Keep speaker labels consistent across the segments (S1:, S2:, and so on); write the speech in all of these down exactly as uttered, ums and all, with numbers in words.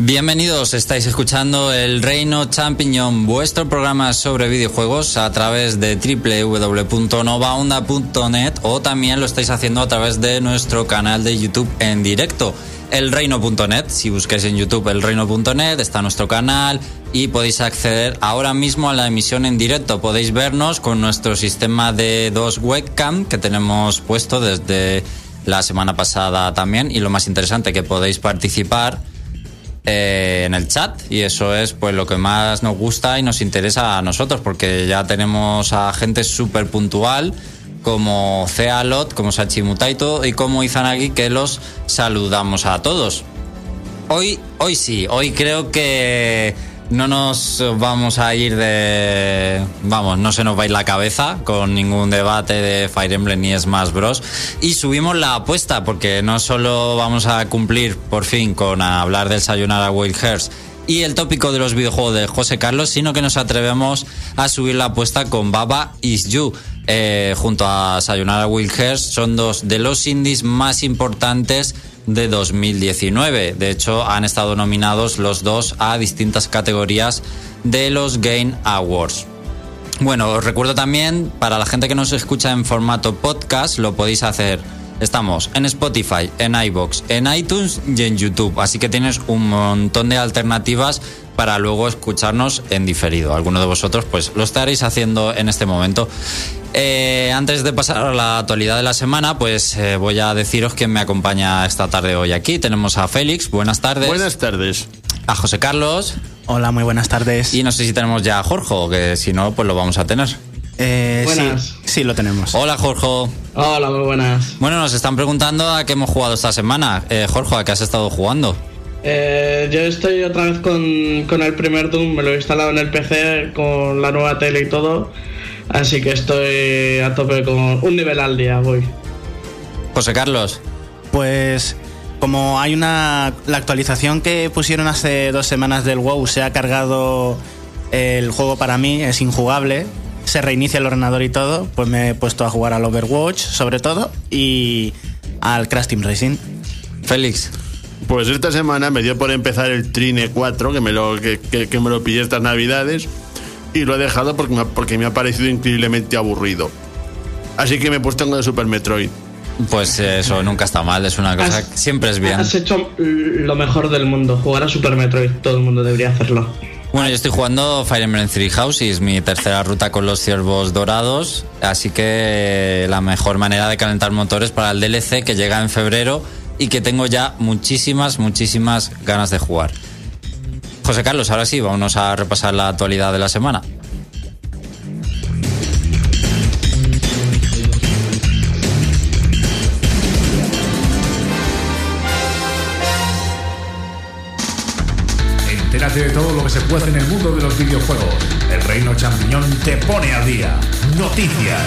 S1: Bienvenidos, estáis escuchando El Reino Champiñón, vuestro programa sobre videojuegos a través de doble u doble u doble u punto nova onda punto net, o también lo estáis haciendo a través de nuestro canal de YouTube en directo, elreino punto net. Si busquáis en YouTube elreino punto net está nuestro canal y podéis acceder ahora mismo a la emisión en directo. Podéis vernos con nuestro sistema de dos webcam que tenemos puesto desde la semana pasada también, y lo más interesante, que podéis participar Eh, en el chat, y eso es pues lo que más nos gusta y nos interesa a nosotros, porque ya tenemos a gente súper puntual como Cealot, como Sachimutaito y como Izanagi, que los saludamos a todos. Hoy, hoy sí, hoy creo que no nos vamos a ir de... Vamos, no se nos va a ir la cabeza con ningún debate de Fire Emblem ni Smash Bros. Y subimos la apuesta, porque no solo vamos a cumplir por fin con hablar del Sayonara Wild Hearts y el tópico de los videojuegos de José Carlos, sino que nos atrevemos a subir la apuesta con Baba Is You. Eh, junto a Sayonara Wild Hearts son dos de los indies más importantes de dos mil diecinueve. De hecho, han estado nominados los dos a distintas categorías de los Game Awards. Bueno, os recuerdo también, para la gente que nos escucha en formato podcast, lo podéis hacer. Estamos en Spotify, en iVoox, en iTunes y en YouTube, así que tienes un montón de alternativas para luego escucharnos en diferido. Algunos de vosotros pues lo estaréis haciendo en este momento. Eh, antes de pasar a la actualidad de la semana, pues eh, voy a deciros quién me acompaña esta tarde hoy aquí. Tenemos a Félix, buenas tardes.
S2: Buenas tardes.
S1: A José Carlos.
S3: Hola, muy buenas tardes.
S1: Y no sé si tenemos ya a Jorge, que si no, pues lo vamos a tener.
S3: Eh,
S4: buenas.
S3: Sí, sí, lo tenemos.
S1: Hola, Jorge.
S4: Hola, muy buenas.
S1: Bueno, nos están preguntando a qué hemos jugado esta semana. Eh, Jorge, ¿a qué has estado jugando?
S4: Eh, yo estoy otra vez con, con el primer Doom, me lo he instalado en el P C con la nueva tele y todo, así que estoy a tope con un nivel al día, voy.
S1: José Carlos.
S3: Pues como hay una... La actualización que pusieron hace dos semanas del WoW se ha cargado el juego, para mí es injugable, se reinicia el ordenador y todo, pues me he puesto a jugar al Overwatch sobre todo y al Crash Team Racing.
S1: Félix.
S2: Pues esta semana me dio por empezar el Trine cuatro, que me lo, que, que, que me lo pillé estas navidades, y lo he dejado porque me, porque me ha parecido increíblemente aburrido. Así que me he puesto en el Super Metroid.
S1: Pues eso nunca está mal, es una cosa
S4: has,
S1: que siempre es bien.
S4: Has hecho lo mejor del mundo, jugar a Super Metroid, todo el mundo debería hacerlo.
S1: Bueno, yo estoy jugando Fire Emblem Three Houses, mi tercera ruta con los ciervos dorados, así que la mejor manera de calentar motores para el D L C que llega en febrero y que tengo ya muchísimas, muchísimas ganas de jugar. José Carlos, ahora sí, vámonos a repasar la actualidad de la semana.
S5: Entérate de todo lo que se puede hacer en el mundo de los videojuegos. El Reino Champiñón te pone al día. Noticias.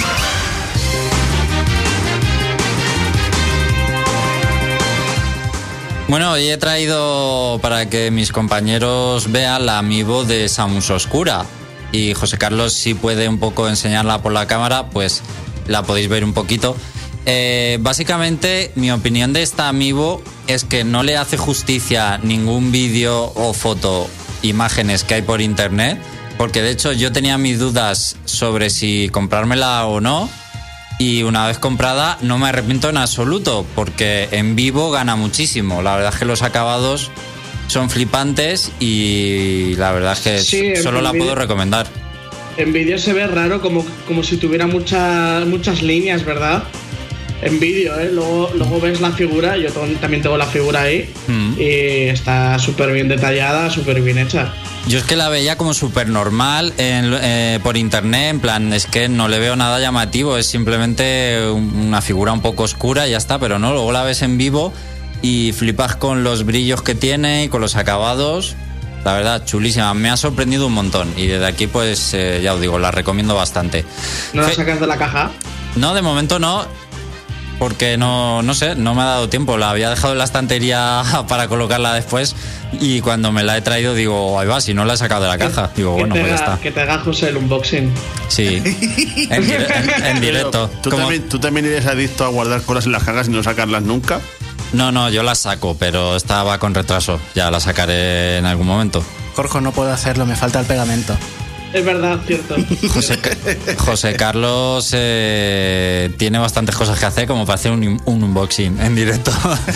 S1: Bueno, hoy he traído para que mis compañeros vean la amiibo de Samus Oscura. Y José Carlos, si puede un poco enseñarla por la cámara, pues la podéis ver un poquito. Eh, básicamente, mi opinión de esta amiibo es que no le hace justicia ningún vídeo o foto, imágenes que hay por internet, porque de hecho yo tenía mis dudas sobre si comprármela o no, y una vez comprada no me arrepiento en absoluto, porque en vivo gana muchísimo. La verdad es que los acabados son flipantes y la verdad es que
S4: sí,
S1: solo la
S4: vídeo,
S1: puedo recomendar.
S4: En vídeo se ve raro, como, como si tuviera muchas muchas líneas, ¿verdad? En vídeo, ¿eh? Luego, luego ves la figura, yo también tengo la figura ahí, mm. y está súper bien detallada, súper bien hecha.
S1: Yo es que la veía como súper normal en, eh, por internet, en plan, es que no le veo nada llamativo, es simplemente una figura un poco oscura y ya está, pero no, luego la ves en vivo y flipas con los brillos que tiene y con los acabados. La verdad, chulísima, me ha sorprendido un montón y desde aquí pues eh, ya os digo, la recomiendo bastante.
S4: ¿No la sacas de la caja?
S1: No, de momento no, porque no, no sé, no me ha dado tiempo, la había dejado en la estantería para colocarla después y cuando me la he traído digo, ahí va, si no la he sacado de la caja, digo, bueno, pues ya está.
S4: Que te haga José el unboxing.
S1: Sí, en, dire- en, en directo.
S2: ¿Tú,
S1: Como...
S2: también, ¿Tú también eres adicto a guardar cosas en las cajas y no sacarlas nunca?
S1: No, no, yo la saco, pero estaba con retraso. Ya la sacaré en algún momento.
S3: Jorge, no puedo hacerlo, me falta el pegamento.
S4: Es verdad, cierto.
S1: José, José Carlos eh, tiene bastantes cosas que hacer como para hacer un, un unboxing en directo.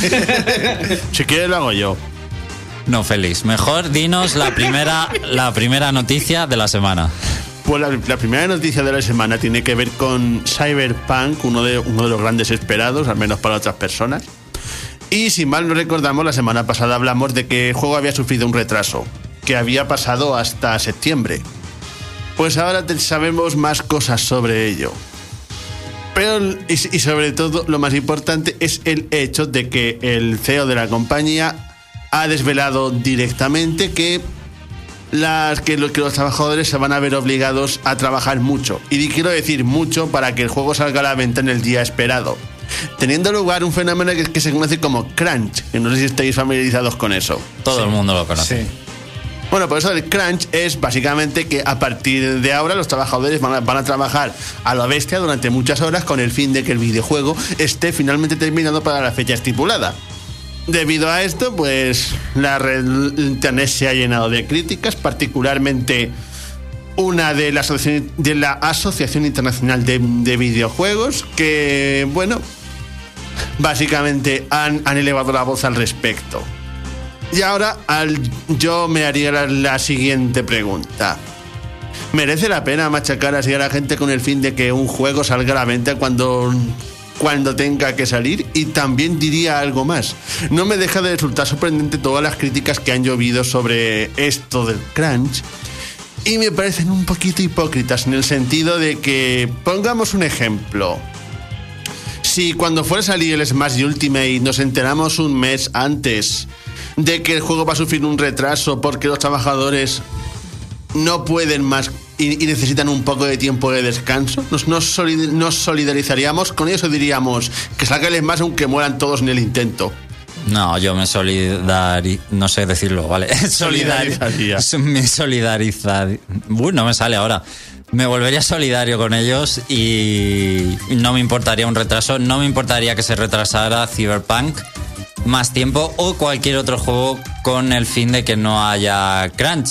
S2: Si quieres lo hago yo.
S1: No, Félix. Mejor dinos la primera, la primera noticia de la semana.
S2: Pues la, la primera noticia de la semana tiene que ver con Cyberpunk, uno de, uno de los grandes esperados, al menos para otras personas. Y si mal no recordamos, la semana pasada hablamos de que el juego había sufrido un retraso, que había pasado hasta septiembre. Pues ahora te sabemos más cosas sobre ello. Pero, y, y sobre todo, lo más importante es el hecho de que el C E O de la compañía ha desvelado directamente que, las, que, lo, que los trabajadores se van a ver obligados a trabajar mucho. Y quiero decir mucho para que el juego salga a la venta en el día esperado. Teniendo lugar un fenómeno que, que se conoce como crunch, que no sé si estáis familiarizados con eso.
S1: Todo sí. El mundo lo conoce. Sí.
S2: Bueno, por eso el crunch es básicamente que a partir de ahora los trabajadores van a, van a trabajar a la bestia durante muchas horas con el fin de que el videojuego esté finalmente terminado para la fecha estipulada. Debido a esto, pues la red internet se ha llenado de críticas, particularmente una de la Asociación, de la Asociación Internacional de, de Videojuegos, que, bueno, básicamente han, han elevado la voz al respecto. Y ahora al, yo me haría la, la siguiente pregunta. ¿Merece la pena machacar así a la gente con el fin de que un juego salga a la venta cuando, cuando tenga que salir? Y también diría algo más. No me deja de resultar sorprendente todas las críticas que han llovido sobre esto del crunch. Y me parecen un poquito hipócritas en el sentido de que, pongamos un ejemplo. Si cuando fuera a salir el Smash Ultimate nos enteramos un mes antes de que el juego va a sufrir un retraso porque los trabajadores no pueden más y, y necesitan un poco de tiempo de descanso, nos, nos, solid, nos solidarizaríamos con eso, diríamos que salga el Smash aunque mueran todos en el intento.
S1: No, yo me solidarizaría, no sé decirlo, ¿vale?
S2: Solidarizaría.
S1: Me solidarizaría. Uy, no me sale ahora. Me volvería solidario con ellos y no me importaría un retraso, no me importaría que se retrasara Cyberpunk más tiempo o cualquier otro juego con el fin de que no haya crunch.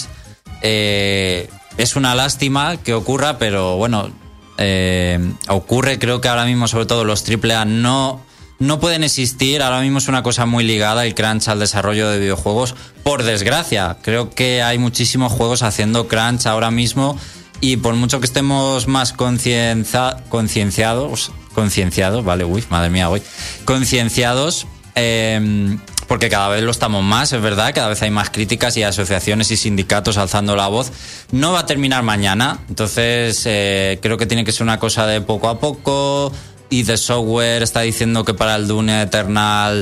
S1: Eh, es una lástima que ocurra, pero bueno, eh, ocurre. Creo que ahora mismo, sobre todo los triple A, no, no pueden existir. Ahora mismo es una cosa muy ligada el crunch al desarrollo de videojuegos. Por desgracia, creo que hay muchísimos juegos haciendo crunch ahora mismo y por mucho que estemos más conciencia, concienciados, concienciados, vale, uy, madre mía, hoy, concienciados. Eh, porque cada vez lo estamos más, es verdad, cada vez hay más críticas y asociaciones y sindicatos alzando la voz. No va a terminar mañana, entonces eh, creo que tiene que ser una cosa de poco a poco. Y The Software está diciendo que para el Dune Eternal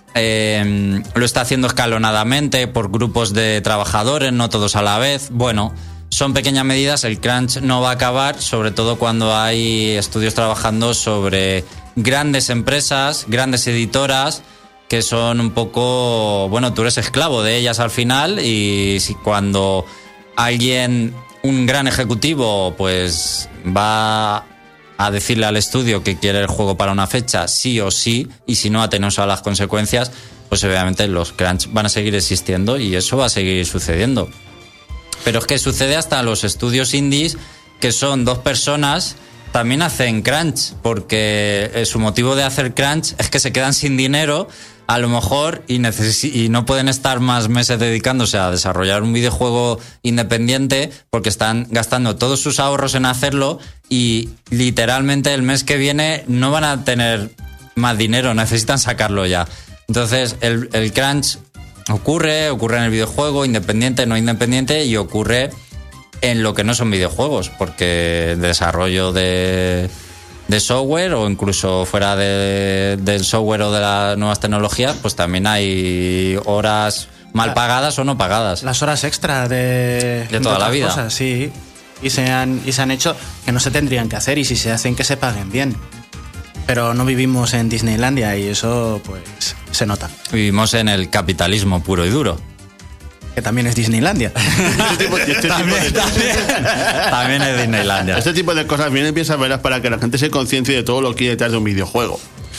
S1: eh, lo está haciendo escalonadamente por grupos de trabajadores, no todos a la vez. Bueno, son pequeñas medidas, el crunch no va a acabar, sobre todo cuando hay estudios trabajando sobre grandes empresas, grandes editoras, que son un poco, bueno, tú eres esclavo de ellas al final, y si cuando alguien, un gran ejecutivo, pues va a decirle al estudio que quiere el juego para una fecha, sí o sí, y si no, atenerse a las consecuencias, pues obviamente los crunch van a seguir existiendo y eso va a seguir sucediendo. Pero es que sucede hasta los estudios indies, que son dos personas, también hacen crunch, porque su motivo de hacer crunch es que se quedan sin dinero, a lo mejor, y, neces- y no pueden estar más meses dedicándose a desarrollar un videojuego independiente porque están gastando todos sus ahorros en hacerlo y literalmente el mes que viene no van a tener más dinero, necesitan sacarlo ya. Entonces el, el crunch ocurre, ocurre en el videojuego, independiente, no independiente, y ocurre en lo que no son videojuegos, porque el desarrollo de... de software o incluso fuera de, del software o de las nuevas tecnologías, pues también hay horas mal pagadas o no pagadas.
S3: Las horas extra de,
S1: de toda
S3: de
S1: la vida.
S3: Cosas, sí. Y se, han, y se han hecho que no se tendrían que hacer, y si se hacen, que se paguen bien. Pero no vivimos en Disneylandia y eso pues se nota.
S1: Vivimos en el capitalismo puro y duro.
S3: Que también es Disneylandia.
S2: Este tipo, este
S1: también,
S2: tipo de...
S1: también, también es Disneylandia.
S2: Este tipo de cosas vienen bien saberlas para que la gente se conciencie de todo lo que hay detrás de un videojuego.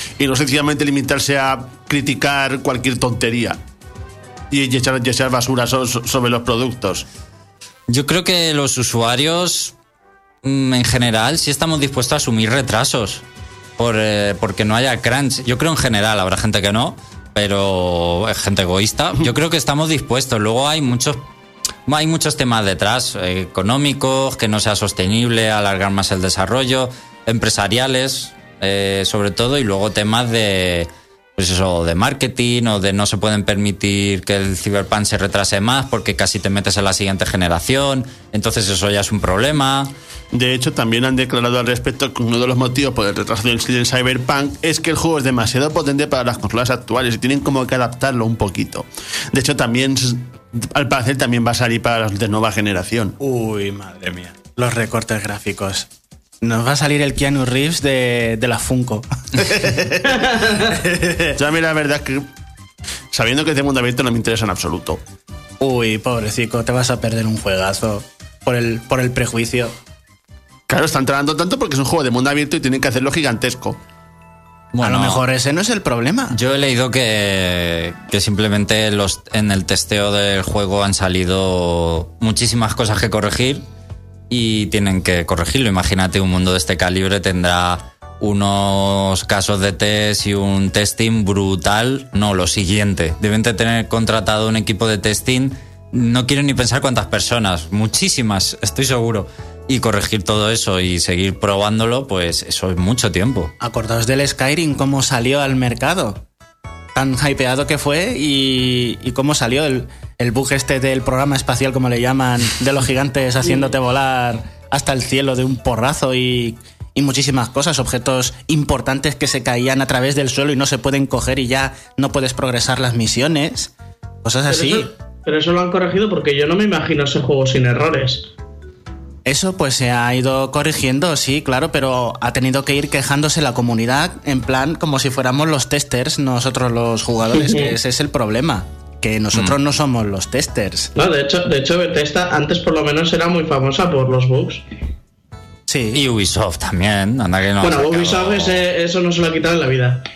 S2: y no sencillamente limitarse a criticar cualquier tontería y echar, y echar basura so, sobre los productos.
S1: Yo creo que los usuarios, en general, sí estamos dispuestos a asumir retrasos por, eh, porque no haya crunch. Yo creo en general, habrá gente que no, pero es gente egoísta. Yo creo que estamos dispuestos. Luego hay muchos hay muchos temas detrás, eh, económicos, que no sea sostenible, alargar más el desarrollo, empresariales, eh, sobre todo, y luego temas de, pues eso, de marketing, o de no se pueden permitir que el Cyberpunk se retrase más porque casi te metes en la siguiente generación, entonces eso ya es un problema.
S2: De hecho, también han declarado al respecto que uno de los motivos por el retraso del Cyberpunk es que el juego es demasiado potente para las consolas actuales y tienen como que adaptarlo un poquito. De hecho, también, al parecer, también va a salir para los de nueva generación.
S3: Uy, madre mía. Los recortes gráficos. Nos va a salir el Keanu Reeves de, de la Funko.
S2: Yo a mí la verdad es que, sabiendo que es de mundo abierto, no me interesa en absoluto.
S3: Uy, pobrecito, te vas a perder un juegazo por el, por el prejuicio.
S2: Claro, están tratando tanto porque es un juego de mundo abierto y tienen que hacerlo gigantesco.
S3: Bueno, a lo mejor ese no es el problema.
S1: Yo he leído que, que simplemente los, en el testeo del juego han salido muchísimas cosas que corregir y tienen que corregirlo. Imagínate, un mundo de este calibre tendrá unos casos de test y un testing brutal. No, lo siguiente. Deben de tener contratado un equipo de testing. No quiero ni pensar cuántas personas. Muchísimas, estoy seguro. Y corregir todo eso y seguir probándolo, pues eso es mucho tiempo.
S3: Acordaos del Skyrim, cómo salió al mercado. Tan hypeado que fue y, y cómo salió el, el bug este del programa espacial, como le llaman, de los gigantes haciéndote volar hasta el cielo de un porrazo y, y muchísimas cosas, objetos importantes que se caían a través del suelo y no se pueden coger y ya no puedes progresar las misiones. Cosas así.
S4: Pero eso, pero eso lo han corregido porque yo no me imagino ese juego sin errores.
S3: Eso pues se ha ido corrigiendo, sí, claro, pero ha tenido que ir quejándose la comunidad en plan como si fuéramos los testers, nosotros los jugadores, que ese es el problema, que nosotros mm. no somos los testers.
S4: No, de hecho, de hecho Bethesda antes por lo menos era muy famosa por los bugs.
S3: Sí.
S1: Y Ubisoft también, anda que no.
S4: Bueno, Ubisoft ese, eso no se lo ha quitado en la vida.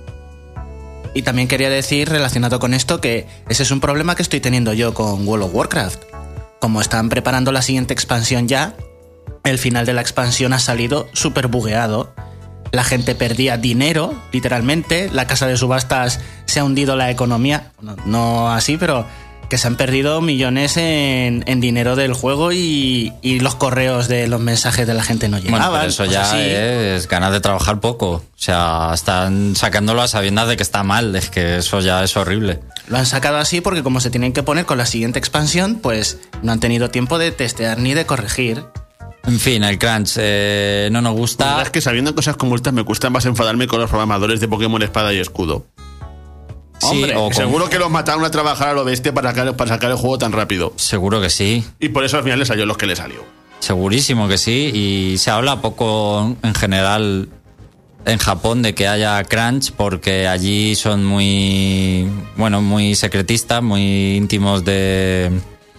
S3: Y también quería decir, relacionado con esto, que ese es un problema que estoy teniendo yo con World of Warcraft. Como están preparando la siguiente expansión ya, el final de la expansión ha salido súper bugueado. La gente perdía dinero, literalmente. La casa de subastas se ha hundido la economía. No, no así, pero que se han perdido millones en, en dinero del juego y, y los correos de los mensajes de la gente no llegaban.
S1: Bueno, pero eso ya así. Es ganas de trabajar poco. O sea, están sacándolo a sabiendas de que está mal. Es que eso ya es horrible.
S3: Lo han sacado así porque como se tienen que poner con la siguiente expansión, pues no han tenido tiempo de testear ni de corregir.
S1: En fin, el crunch eh, no nos gusta.
S2: La verdad es que sabiendo cosas como estas me cuesta más enfadarme con los programadores de Pokémon Espada y Escudo.
S1: Sí,
S2: Hombre,
S1: o
S2: seguro
S1: con...
S2: que los mataron a trabajar a lo bestia para sacar, para sacar el juego tan rápido.
S1: Seguro que sí.
S2: Y por eso al final les salió los que les salió.
S1: Segurísimo que sí. Y se habla poco en general en Japón de que haya crunch porque allí son muy, bueno, muy secretistas, muy íntimos de,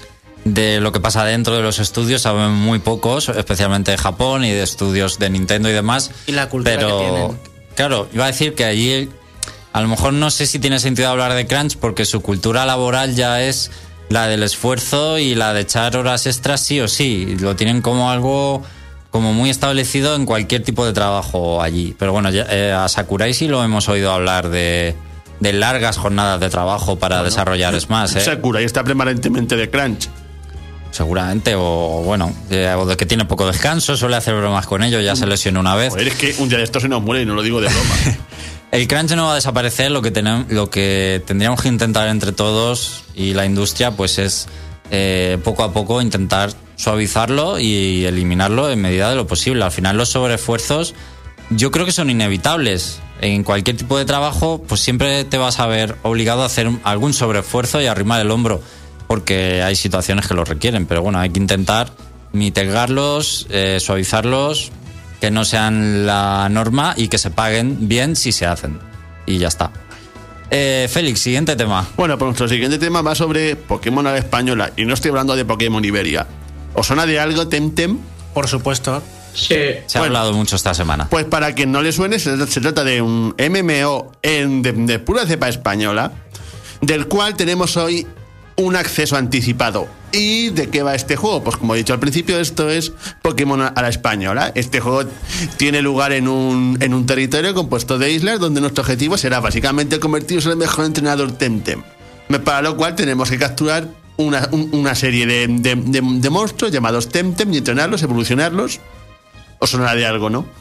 S1: de lo que pasa dentro de los estudios. Saben muy pocos, especialmente de Japón y de estudios de Nintendo y demás.
S3: Y la cultura
S1: pero,
S3: que tienen.
S1: Claro, iba a decir que allí a lo mejor no sé si tiene sentido hablar de crunch porque su cultura laboral ya es la del esfuerzo y la de echar horas extras sí o sí. Lo tienen como algo como muy establecido en cualquier tipo de trabajo allí. Pero bueno, ya, eh, a Sakurai sí lo hemos oído hablar de, de largas jornadas de trabajo para bueno, desarrollar Smash. ¿eh?
S2: Sakurai está permanentemente de crunch.
S1: Seguramente, o bueno, eh, o de que tiene poco descanso, suele hacer bromas con ello, ya se lesionó una vez.
S2: Joder, es que un día de estos se nos muere y no lo digo de broma.
S1: El crunch no va a desaparecer, lo que, tenemos, lo que tendríamos que intentar entre todos y la industria pues es eh, poco a poco intentar suavizarlo y eliminarlo en medida de lo posible. Al final los sobreesfuerzos yo creo que son inevitables. En cualquier tipo de trabajo pues siempre te vas a ver obligado a hacer algún sobreesfuerzo y arrimar el hombro porque hay situaciones que lo requieren, pero bueno, hay que intentar mitigarlos, eh, suavizarlos, que no sean la norma y que se paguen bien si se hacen. Y ya está. Eh, Félix, siguiente tema.
S2: Bueno, pues nuestro siguiente tema va sobre Pokémon a la española y no estoy hablando de Pokémon Iberia. ¿Os suena de algo Temtem?
S3: Por supuesto.
S4: Sí.
S1: Se ha
S2: Bueno,
S1: hablado mucho esta semana.
S2: Pues para quien no le suene, se, se trata de un M M O en, de, de pura cepa española, del cual tenemos hoy un acceso anticipado. ¿Y de qué va este juego? Pues como he dicho al principio, esto es Pokémon a la española. Este juego tiene lugar en un, en un territorio compuesto de islas, donde nuestro objetivo será básicamente convertirnos en el mejor entrenador Temtem. Para lo cual tenemos que capturar una, un, una serie de, de, de, de monstruos llamados Temtem y entrenarlos, evolucionarlos. Os sonará de algo, ¿no?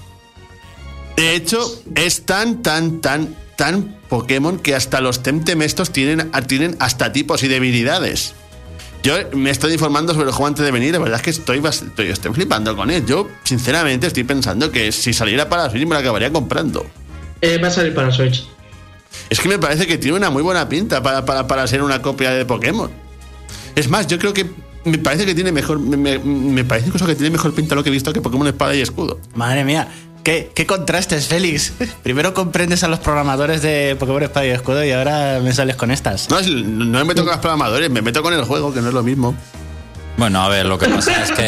S2: De hecho, es tan, tan, tan, tan Pokémon que hasta los Temtem estos tienen, tienen hasta tipos y debilidades. Yo me estoy informando sobre el juego antes de venir, la verdad es que estoy, estoy, estoy flipando con él. Yo, sinceramente, estoy pensando que si saliera para Switch me lo acabaría comprando.
S4: Eh, va a salir para Switch.
S2: Es que me parece que tiene una muy buena pinta para, para, para ser una copia de Pokémon. Es más, yo creo que me parece que tiene mejor, me, me, me parece incluso que tiene mejor pinta lo que he visto que Pokémon Espada y Escudo.
S3: Madre mía. ¿Qué, qué contrastes, Félix? Primero comprendes a los programadores de Pokémon Espada y Escudo y ahora me sales con estas.
S2: No, no me meto con los programadores, me meto con el juego, que no es lo mismo.
S1: Bueno, a ver, lo que pasa es que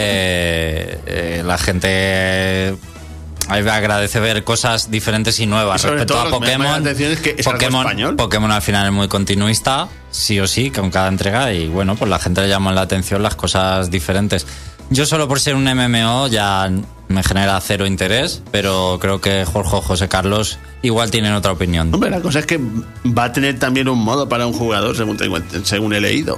S1: eh, la gente agradece ver cosas diferentes y nuevas.
S2: Y sobre
S1: respecto
S2: todo
S1: a
S2: lo que me llama la
S1: Pokémon.
S2: atención es que es algo
S1: Pokémon,
S2: español.
S1: Pokémon al final es muy continuista, sí o sí, con cada entrega, y bueno, pues la gente le llama la atención las cosas diferentes. Yo solo por ser un M M O ya me genera cero interés, pero creo que Jorge o José Carlos igual tienen otra opinión.
S2: Hombre, la cosa es que va a tener también un modo para un jugador, según, tengo, según he leído.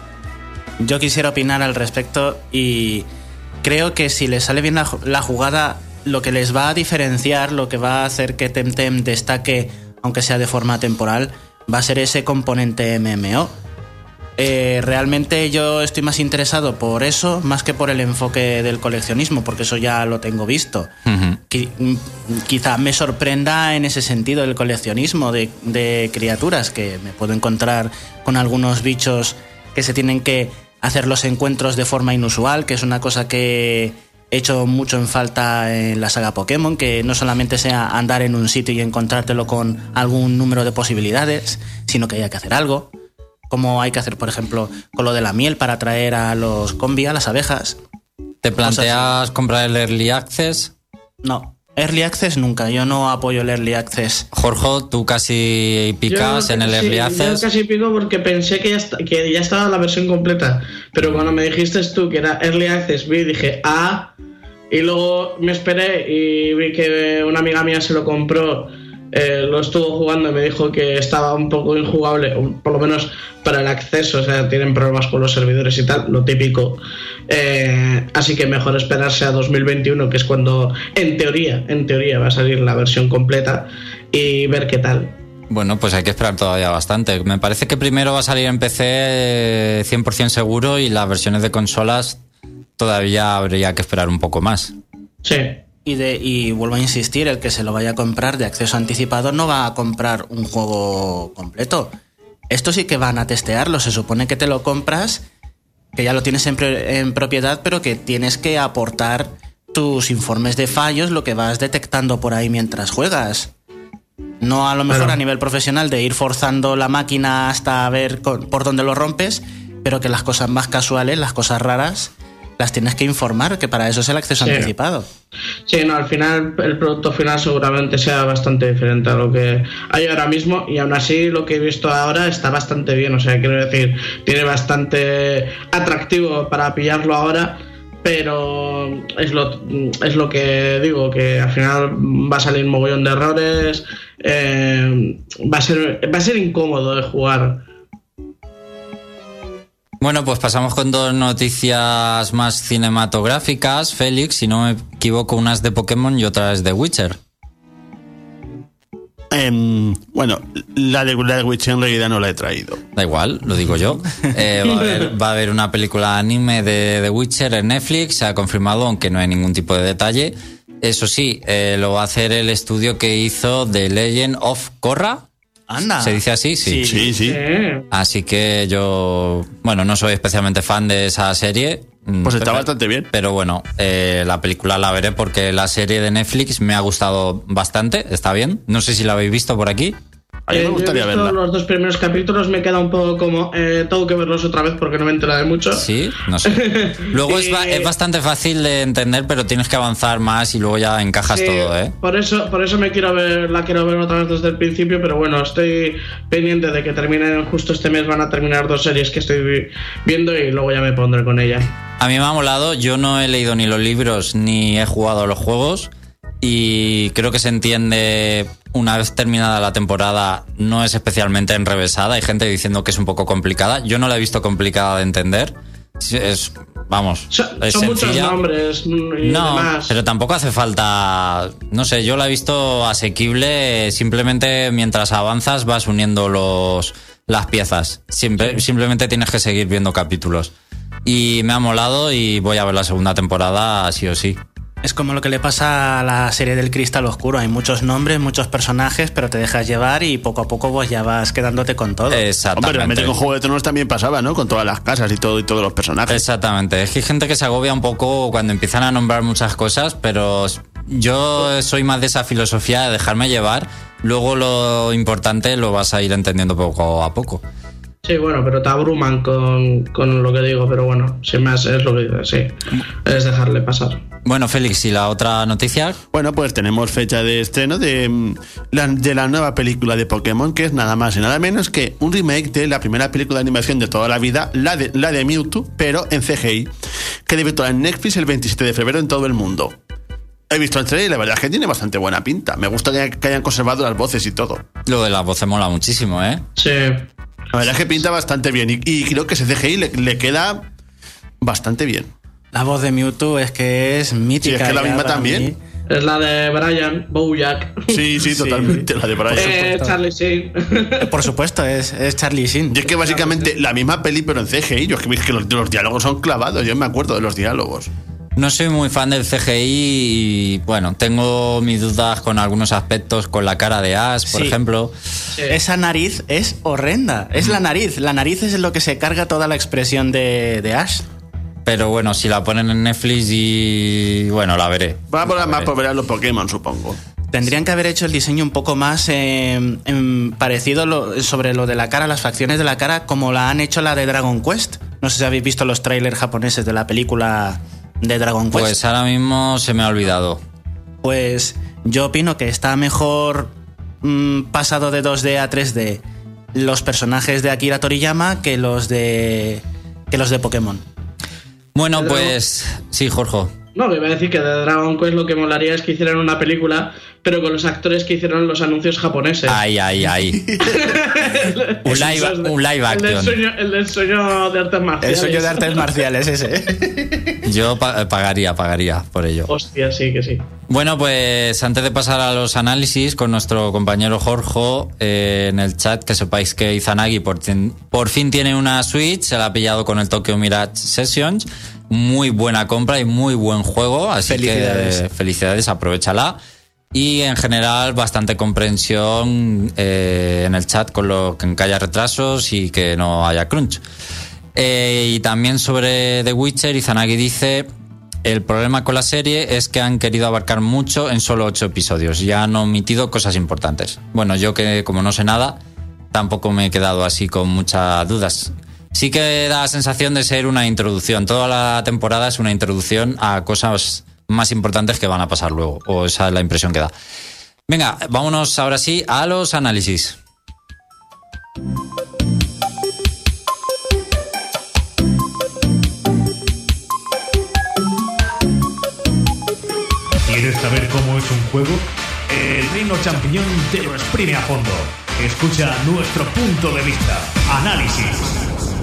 S3: Yo quisiera opinar al respecto y creo que si les sale bien la, la jugada, lo que les va a diferenciar, lo que va a hacer que Temtem destaque, aunque sea de forma temporal, va a ser ese componente M M O. Eh, realmente yo estoy más interesado por eso, más que por el enfoque del coleccionismo, porque eso ya lo tengo visto.
S1: Uh-huh.
S3: Qui- quizá me sorprenda en ese sentido el coleccionismo de, de criaturas, que me puedo encontrar con algunos bichos que se tienen que hacer los encuentros de forma inusual, que es una cosa que he hecho mucho en falta en la saga Pokémon, que no solamente sea andar en un sitio y encontrártelo con algún número de posibilidades, sino que haya que hacer algo. Como hay que hacer, por ejemplo, con lo de la miel para atraer a los combi, a las abejas.
S1: ¿Te planteas comprar el Early Access?
S3: No, Early Access nunca. Yo no apoyo el Early Access.
S1: Jorge, tú casi picas
S4: Yo,
S1: en el
S4: sí,
S1: Early
S4: Yo
S1: Access.
S4: casi pico porque pensé que ya, está, que ya estaba la versión completa. Pero cuando me dijiste tú que era Early Access, vi y dije, ah. Y luego me esperé y vi que una amiga mía se lo compró. Eh, lo estuvo jugando y me dijo que estaba un poco injugable, por lo menos para el acceso, o sea, tienen problemas con los servidores y tal, lo típico. Eh, así que mejor esperarse a dos mil veintiuno, que es cuando, en teoría, en teoría va a salir la versión completa, y ver qué tal.
S1: Bueno, pues hay que esperar todavía bastante. Me parece que primero va a salir en P C cien por ciento seguro y las versiones de consolas todavía habría que esperar un poco más.
S4: Sí.
S3: Y, de, y vuelvo a insistir, el que se lo vaya a comprar de acceso anticipado no va a comprar un juego completo. Esto sí que van a testearlo. Se supone que te lo compras, que ya lo tienes en, en propiedad, pero que tienes que aportar tus informes de fallos, lo que vas detectando por ahí mientras juegas. No a lo mejor
S4: Pero...
S3: a nivel profesional de ir forzando la máquina hasta ver por dónde lo rompes, pero que las cosas más casuales, las cosas raras, las tienes que informar, que para eso es el acceso
S4: sí.
S3: anticipado.
S4: Sí, no, al final el producto final seguramente sea bastante diferente a lo que hay ahora mismo, y aún así lo que he visto ahora está bastante bien, o sea, quiero decir, tiene bastante atractivo para pillarlo ahora, pero es lo, es lo que digo, que al final va a salir un mogollón de errores, eh, va a ser, va a ser incómodo de jugar.
S1: Bueno, pues pasamos con dos noticias más cinematográficas. Félix, si no me equivoco, una es de Pokémon y otra es de Witcher.
S2: Eh, bueno, la de, la de Witcher en realidad no la he traído.
S1: Da igual, lo digo yo. Eh, va, a haber, va a haber una película anime de The Witcher en Netflix, se ha confirmado, aunque no hay ningún tipo de detalle. Eso sí, eh, lo va a hacer el estudio que hizo The Legend of Korra.
S3: Anda.
S1: ¿Se dice así? Sí.
S2: Sí, sí.
S4: Eh,
S1: Así que yo, bueno, no soy especialmente fan de esa serie.
S2: Pues está bastante bien.
S1: Pero bueno, eh, la película la veré porque la serie de Netflix me ha gustado bastante, está bien. No sé si la habéis visto por aquí.
S2: A mí
S4: Eh,
S2: me gustaría
S4: yo he visto
S2: verla.
S4: los dos primeros capítulos, me queda un poco como eh, tengo que verlos otra vez porque no me he enterado de mucho.
S1: Sí, no sé. Luego es, ba-
S4: Eh,
S1: es bastante fácil de entender, pero tienes que avanzar más y luego ya encajas
S4: Sí,
S1: todo, ¿eh?
S4: Por eso, por eso me quiero ver, la quiero ver otra vez desde el principio, pero bueno, estoy pendiente de que terminen justo este mes, van a terminar dos series que estoy vi- viendo y luego ya me pondré con ella.
S1: A mí me ha molado, yo no he leído ni los libros ni he jugado a los juegos y creo que se entiende una vez terminada la temporada, no es especialmente enrevesada, hay gente diciendo que es un poco complicada, yo no la he visto complicada de entender, es, vamos,
S4: Son,
S1: es
S4: son muchos
S1: sencilla.
S4: nombres y
S1: No,
S4: demás.
S1: pero tampoco hace falta, no sé, yo la he visto asequible, simplemente mientras avanzas vas uniendo los las piezas, Simple, simplemente tienes que seguir viendo capítulos. Y me ha molado y voy a ver la segunda temporada sí o sí.
S3: Es como lo que le pasa a la serie del Cristal Oscuro. Hay muchos nombres, muchos personajes, pero te dejas llevar y poco a poco pues ya vas quedándote con todo.
S2: Hombre,
S1: Exactamente.
S2: realmente con Juego de Tronos también pasaba, ¿no? Con todas las casas y todo y todos los personajes.
S1: Exactamente. Es que hay gente que se agobia un poco cuando empiezan a nombrar muchas cosas, pero yo soy más de esa filosofía de dejarme llevar. Luego lo importante lo vas a ir entendiendo poco a poco.
S4: Sí, bueno, pero te abruman con, con lo que digo, pero bueno, sin más es lo que digo, sí, es dejarle pasar.
S1: Bueno, Félix, ¿y la otra noticia?
S2: Bueno, pues tenemos fecha de estreno de, mm, la, de la nueva película de Pokémon, que es nada más y nada menos que un remake de la primera película de animación de toda la vida, la de, la de Mewtwo, pero en C G I, que debutó en Netflix el veintisiete de febrero en todo el mundo. He visto el trailer y la verdad es que tiene bastante buena pinta. Me gusta que, que hayan conservado las voces y todo.
S1: Lo de las voces mola muchísimo, ¿eh?
S4: Sí.
S2: La verdad es que pinta bastante bien y, y creo que ese C G I le, le queda bastante bien.
S3: La voz de Mewtwo es que es mítica.
S2: Sí, es que la
S3: ya
S2: misma
S3: para
S2: también.
S3: mí.
S4: Es la de Brian Bojack.
S2: Sí, sí, totalmente, la de Brian.
S4: Eh, Charlie Sheen.
S3: Por supuesto, es, es Charlie Sheen.
S2: Y es que básicamente la misma peli pero en C G I. Yo es que, es que los, los diálogos son clavados, yo me acuerdo de los diálogos.
S1: No soy muy fan del C G I y, bueno, tengo mis dudas con algunos aspectos, con la cara de Ash, por
S3: Sí.
S1: ejemplo.
S3: Esa nariz es horrenda. Es la nariz. La nariz es lo que se carga toda la expresión de, de Ash.
S1: Pero bueno, si la ponen en Netflix y... bueno, la veré.
S2: Va a poner
S1: La
S2: más
S1: veré.
S2: por ver a los Pokémon, supongo.
S3: Tendrían que haber hecho el diseño un poco más eh, em, parecido lo- sobre lo de la cara, las facciones de la cara, como la han hecho la de Dragon Quest. No sé si habéis visto los trailers japoneses de la película de Dragon Quest.
S1: Pues ahora mismo se me ha olvidado.
S3: Pues yo opino que está mejor mm, pasado de dos D a tres D los personajes de Akira Toriyama que los de que los de Pokémon.
S1: Bueno,
S4: Pero-
S1: pues... sí, Jorge.
S4: No, que iba a decir que de Dragon Quest lo que molaría es que hicieran una película, pero con los actores que hicieron los anuncios japoneses.
S1: Ay, ay, ay. un, live, un live
S4: El del,
S1: action.
S4: sueño, el del sueño de artes
S3: El
S4: marciales.
S3: sueño de artes marciales ese.
S1: Yo pa- pagaría, pagaría por ello.
S4: Hostia, sí que sí.
S1: Bueno, pues antes de pasar a los análisis con nuestro compañero Jorge, eh, en el chat que sepáis que Izanagi por, tin- por fin tiene una Switch, se la ha pillado con el Tokyo Mirage Sessions, muy buena compra y muy buen juego, así
S3: Felicidades.
S1: que felicidades, aprovechala. Y en general bastante comprensión eh, en el chat con lo que haya retrasos y que no haya crunch. Eh, y también sobre The Witcher, Izanagi dice: el problema con la serie es que han querido abarcar mucho en solo ocho episodios y han omitido cosas importantes. Bueno, yo que como no sé nada, tampoco me he quedado así con muchas dudas. Sí que da la sensación de ser una introducción. Toda la temporada es una introducción a cosas más importantes que van a pasar luego, o esa es la impresión que da. Venga, vámonos ahora sí a los análisis.
S5: ¿Quieres saber cómo es un juego? El Reino Champiñón te lo exprime a fondo. Escucha nuestro punto de vista. Análisis.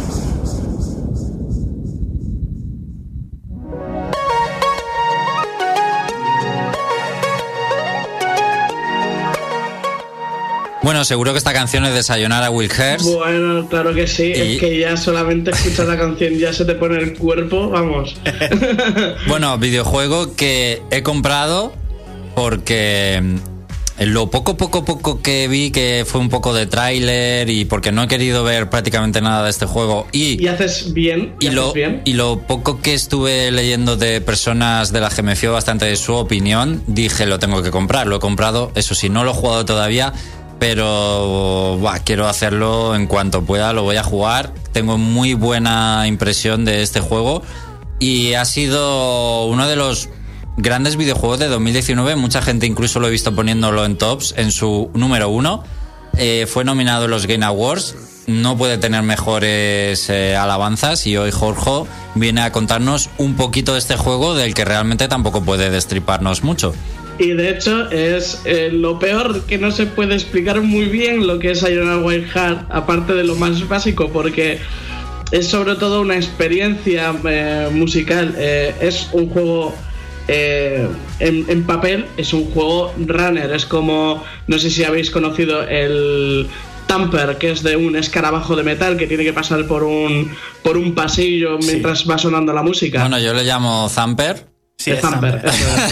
S1: Bueno, seguro que esta canción es Desayunar a Will Hearst.
S4: Bueno, claro que sí.
S1: Y-
S4: Es que ya solamente escuchar la canción ya se te pone el cuerpo, vamos.
S1: Bueno, videojuego que he comprado porque mm, lo poco, poco, poco que vi, que fue un poco de tráiler y porque no he querido ver prácticamente nada de este juego y,
S4: Y haces bien. Y,
S1: y, lo,
S4: haces bien.
S1: y lo poco que estuve leyendo de personas de las que me fío bastante de su opinión, dije lo tengo que comprar, lo he comprado, eso sí, no lo he jugado todavía, pero buah, quiero hacerlo en cuanto pueda, lo voy a jugar. Tengo muy buena impresión de este juego y ha sido uno de los grandes videojuegos de dos mil diecinueve. Mucha gente incluso lo he visto poniéndolo en tops, en su número uno. Eh, fue nominado en los Game Awards. No puede tener mejores eh, alabanzas, y hoy Jorge viene a contarnos un poquito de este juego, del que realmente tampoco puede destriparnos mucho.
S4: Y de hecho es eh, lo peor, que no se puede explicar muy bien lo que es Sayonara Wild Heart, aparte de lo más básico, porque es sobre todo una experiencia eh, musical. Eh, es un juego eh, en, en papel, es un juego runner. Es como, no sé si habéis conocido el Thumper, que es de un escarabajo de metal que tiene que pasar por un por un pasillo mientras sí. va sonando la música.
S1: Bueno, yo le llamo Thumper.
S4: Sí, Thumper.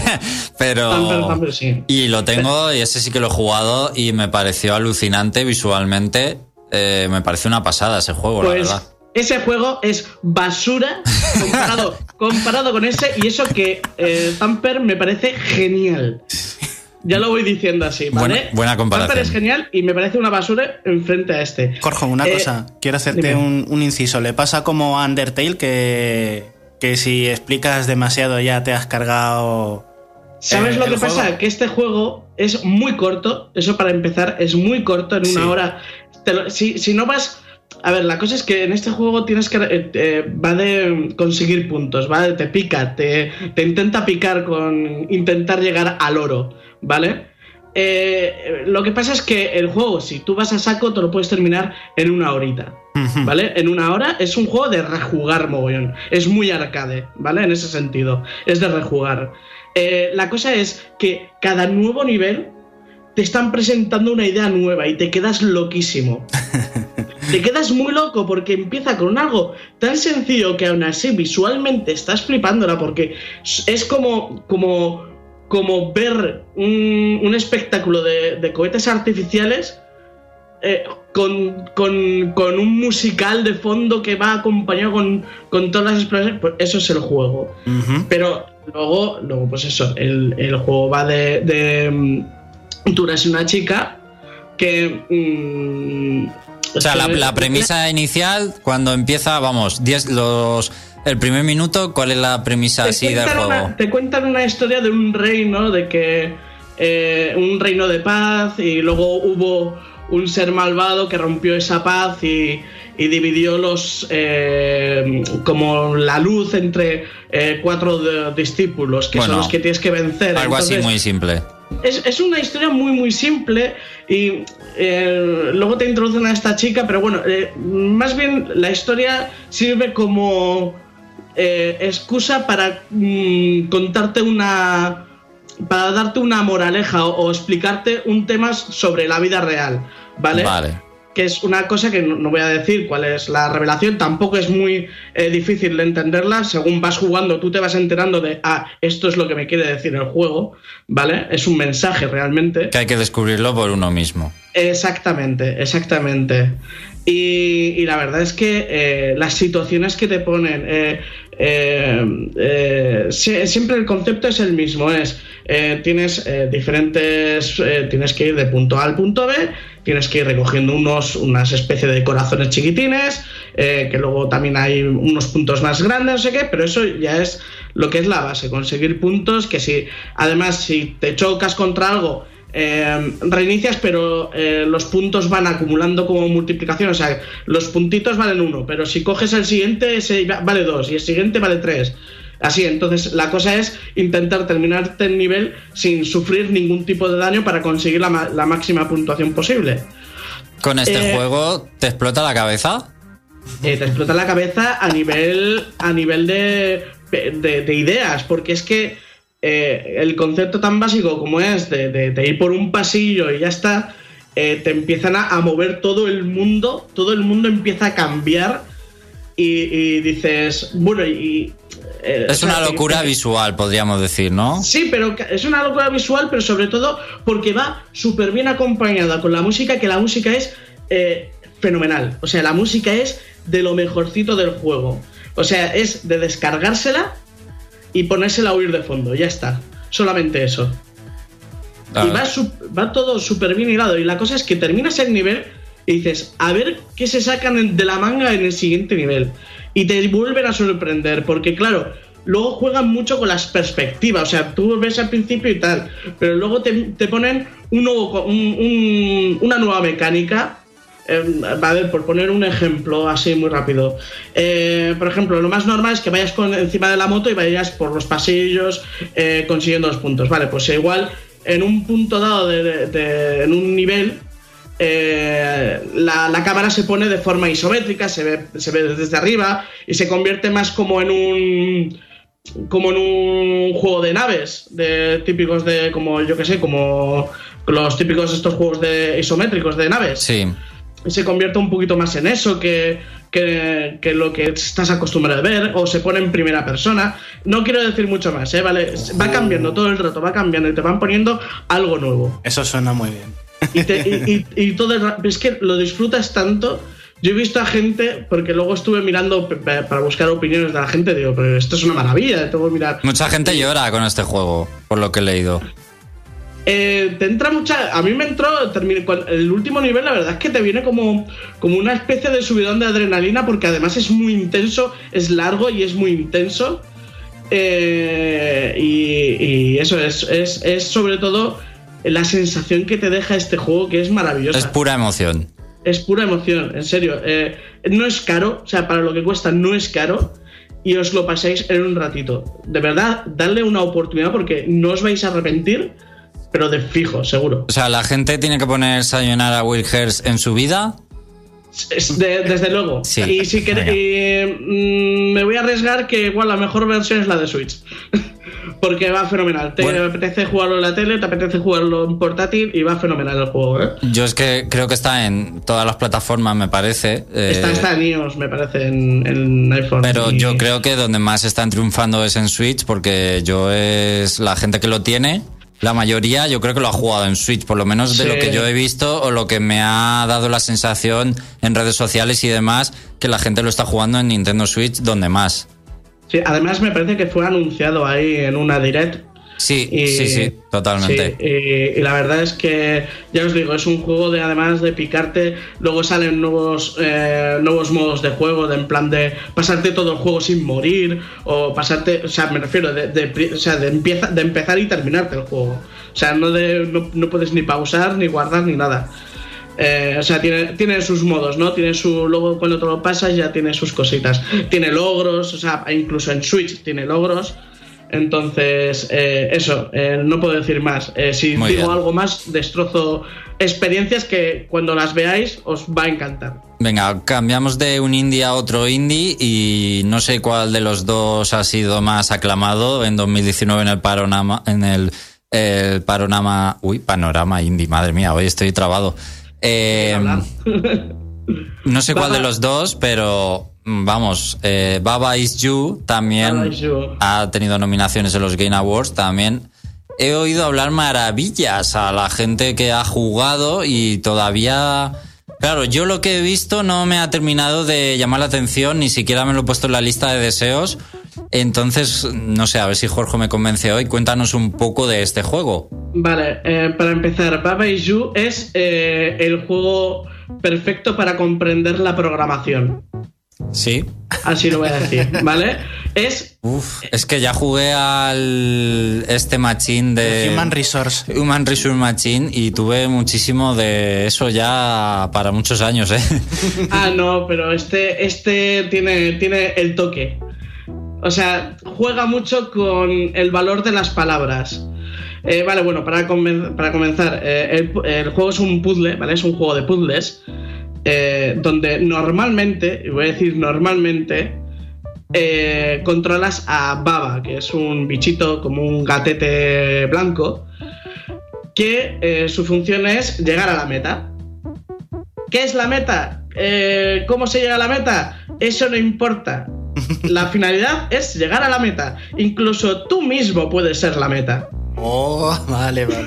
S1: Pero
S4: Thumper, Thumper, sí.
S1: Y lo tengo, y ese sí que lo he jugado y me pareció alucinante visualmente. Eh, me parece una pasada ese juego,
S4: pues,
S1: la verdad.
S4: Ese juego es basura comparado, comparado con ese, y eso que eh, Thumper me parece genial. Ya lo voy diciendo así, ¿vale?
S1: Buena, buena comparación.
S4: Thumper es genial y me parece una basura enfrente a este.
S3: Jorge, una eh, cosa, quiero hacerte un, un inciso. Le pasa como a Undertale, que, que si explicas demasiado ya te has cargado.
S4: ¿Sabes
S3: eh,
S4: lo que
S3: juego?
S4: pasa? Que este juego es muy corto, eso para empezar, es muy corto, en una sí. hora. Te lo, si, si no vas... A ver, la cosa es que en este juego tienes que eh, eh, va de conseguir puntos, ¿vale? Te pica, te, te intenta picar con intentar llegar al oro, ¿vale? Eh, lo que pasa es que el juego, si tú vas a saco, te lo puedes terminar en una horita, ¿vale? En una hora es un juego de rejugar mogollón, es muy arcade, ¿vale? En ese sentido, es de rejugar. Eh, la cosa es que cada nuevo nivel te están presentando una idea nueva y te quedas loquísimo. Te quedas muy loco porque empieza con algo tan sencillo que aún así visualmente estás flipándola, porque es como, como, como ver un, un espectáculo de, de cohetes artificiales eh, con, con, con un musical de fondo que va acompañado con, con todas las explosiones. Pues eso es el juego. Uh-huh. Pero luego, luego, pues eso, el, el juego va de... de tú eres una chica que... Mmm,
S1: o sea, la, la premisa inicial, cuando empieza, vamos, diez, los, el primer minuto, ¿cuál es la premisa así del juego?
S4: Una, te cuentan una historia de un reino, de que eh, un reino de paz, y luego hubo un ser malvado que rompió esa paz y, y dividió los eh, como la luz entre eh, cuatro de, discípulos, que bueno, son los que tienes que vencer.
S1: Algo Entonces, así muy simple.
S4: Es, es una historia muy muy simple y eh, luego te introducen a esta chica, pero bueno, eh, más bien la historia sirve como eh, excusa para mm, contarte una... para darte una moraleja o, o explicarte un tema sobre la vida real, ¿vale?
S1: Vale.
S4: Que es una cosa que no, no voy a decir cuál es la revelación, tampoco es muy eh, difícil de entenderla. Según vas jugando, tú te vas enterando de, ah, esto es lo que me quiere decir el juego, ¿vale? Es un mensaje realmente.
S1: Que hay que descubrirlo por uno mismo.
S4: Exactamente, exactamente. Y, y la verdad es que eh, las situaciones que te ponen, eh, eh, eh, siempre el concepto es el mismo, es eh, tienes eh, diferentes, eh, tienes que ir de punto A al punto B, tienes que ir recogiendo unos, unas especies de corazones chiquitines, eh, que luego también hay unos puntos más grandes, no sé qué, pero eso ya es lo que es la base, conseguir puntos, que si además si te chocas contra algo, Eh, reinicias, pero eh, los puntos van acumulando como multiplicación, o sea, los puntitos valen uno, pero si coges el siguiente, ese vale dos y el siguiente vale tres. Así, entonces la cosa es intentar terminarte el nivel sin sufrir ningún tipo de daño para conseguir la, la máxima puntuación posible.
S1: ¿Con este eh, juego te explota la cabeza?
S4: Eh, te explota la cabeza a nivel, a nivel de, de, de ideas, porque es que Eh, el concepto tan básico como es de, de, de ir por un pasillo y ya está, eh, te empiezan a, a mover todo el mundo, todo el mundo empieza a cambiar y, y dices, bueno, y...
S1: Eh, es o sea, una locura que, visual, podríamos decir, ¿no?
S4: Sí, pero es una locura visual, pero sobre todo porque va súper bien acompañada con la música, que la música es eh, fenomenal. O sea, la música es de lo mejorcito del juego. O sea, es de descargársela y ponérsela a oír de fondo, ya está. Solamente eso.
S1: Claro.
S4: Y va, su, va todo súper bien hilado. Y la cosa es que terminas el nivel y dices, a ver qué se sacan de la manga en el siguiente nivel. Y te vuelven a sorprender, porque claro, luego juegan mucho con las perspectivas. O sea, tú ves al principio y tal, pero luego te, te ponen un nuevo, un, un, una nueva mecánica. Eh, a ver, por poner un ejemplo así muy rápido. Eh, por ejemplo, lo más normal es que vayas con, encima de la moto y vayas por los pasillos eh, consiguiendo los puntos. Vale, pues igual en un punto dado, de, de, de, en un nivel, eh, la, la cámara se pone de forma isométrica, se ve, se ve desde arriba y se convierte más como en un... como en un juego de naves, de típicos de, como yo que sé, como los típicos estos juegos de isométricos de naves.
S1: Sí.
S4: Se convierte un poquito más en eso que, que, que lo que estás acostumbrado a ver, o se pone en primera persona. No quiero decir mucho más, ¿eh? ¿Vale? Va cambiando todo el rato, va cambiando y te van poniendo algo nuevo.
S3: Eso suena muy bien.
S4: Y, te, y, y, y todo el rato, es que lo disfrutas tanto. Yo he visto a gente, porque luego estuve mirando para buscar opiniones de la gente, digo, pero esto es una maravilla, tengo que mirar.
S1: Mucha gente
S4: y,
S1: llora con este juego, por lo que he leído.
S4: Eh, te entra mucha. A mí me entró. Terminé, el último nivel, la verdad es que te viene como, como una especie de subidón de adrenalina, porque además es muy intenso, es largo y es muy intenso. Eh, y, y eso es, es, es sobre todo la sensación que te deja este juego, que es maravillosa.
S1: Es pura emoción.
S4: Es pura emoción, en serio. Eh, no es caro, o sea, para lo que cuesta no es caro. Y os lo pasáis en un ratito. De verdad, dadle una oportunidad porque no os vais a arrepentir. Pero de fijo, seguro.
S1: O sea, ¿la gente tiene que poner Sayonara Wild Hearts en su vida?
S4: De, desde luego.
S1: Sí.
S4: Y si queréis, mmm, me voy a arriesgar que igual la mejor versión es la de Switch. Porque va fenomenal. Te bueno. apetece jugarlo en la tele, te apetece jugarlo en portátil y va fenomenal el juego, ¿eh?
S1: Yo es que creo que está en todas las plataformas, me parece.
S4: Está,
S1: eh,
S4: está en iOS, me parece, en, en iPhone.
S1: Pero
S4: y...
S1: yo creo que donde más están triunfando es en Switch, porque yo es la gente que lo tiene. La mayoría yo creo que lo ha jugado en Switch, por lo menos de sí. lo que yo he visto o lo que me ha dado la sensación en redes sociales y demás, que la gente lo está jugando en Nintendo Switch donde más.
S4: Sí, además me parece que fue anunciado ahí en una Direct.
S1: Sí, y, sí, sí, totalmente.
S4: Sí, y, y la verdad es que, ya os digo, es un juego de, además de picarte, luego salen nuevos eh, nuevos modos de juego, de en plan de pasarte todo el juego sin morir, o pasarte, o sea, me refiero, de, de, o sea, de, empieza, de empezar y terminarte el juego. O sea, no, de, no, no puedes ni pausar, ni guardar, ni nada. Eh, o sea, tiene, tiene sus modos, ¿no? Tiene su. Luego, cuando te lo pasas, ya tiene sus cositas. Tiene logros, o sea, incluso en Switch tiene logros. Entonces, eh, eso, eh, no puedo decir más. Eh, si Muy digo bien. algo más, destrozo experiencias que cuando las veáis os va a encantar.
S1: Venga, cambiamos de un indie a otro indie y no sé cuál de los dos ha sido más aclamado en dos mil diecinueve en el panorama, en el, el panorama, uy, panorama indie, madre mía, hoy estoy trabado. Eh, no sé cuál de los dos, pero vamos, eh, Baba Is You también
S4: Is you.
S1: ha tenido nominaciones en los Game Awards. También he oído hablar maravillas a la gente que ha jugado y todavía... Claro, yo lo que he visto no me ha terminado de llamar la atención, ni siquiera me lo he puesto en la lista de deseos. Entonces, no sé, a ver si Jorge me convence hoy. Cuéntanos un poco de este juego.
S4: Vale, eh, para empezar, Baba Is You es eh, el juego perfecto para comprender la programación.
S1: Sí.
S4: Así lo voy a decir, ¿vale? Es...
S1: Uf, es que ya jugué al este machine de...
S3: Human Resource.
S1: Human Resource Machine y tuve muchísimo de eso ya para muchos años, ¿eh?
S4: Ah, no, pero este, este tiene, tiene el toque. O sea, juega mucho con el valor de las palabras. Eh, vale, bueno, para, comen- para comenzar, eh, el, el juego es un puzzle, ¿vale? Es un juego de puzzles. Eh, donde normalmente, y voy a decir normalmente, eh, controlas a Baba, que es un bichito como un gatete blanco, que eh, su función es llegar a la meta. ¿Qué es la meta? Eh, ¿Cómo se llega a la meta? Eso no importa. La finalidad es llegar a la meta. Incluso tú mismo puedes ser la meta.
S3: Oh, vale, vale.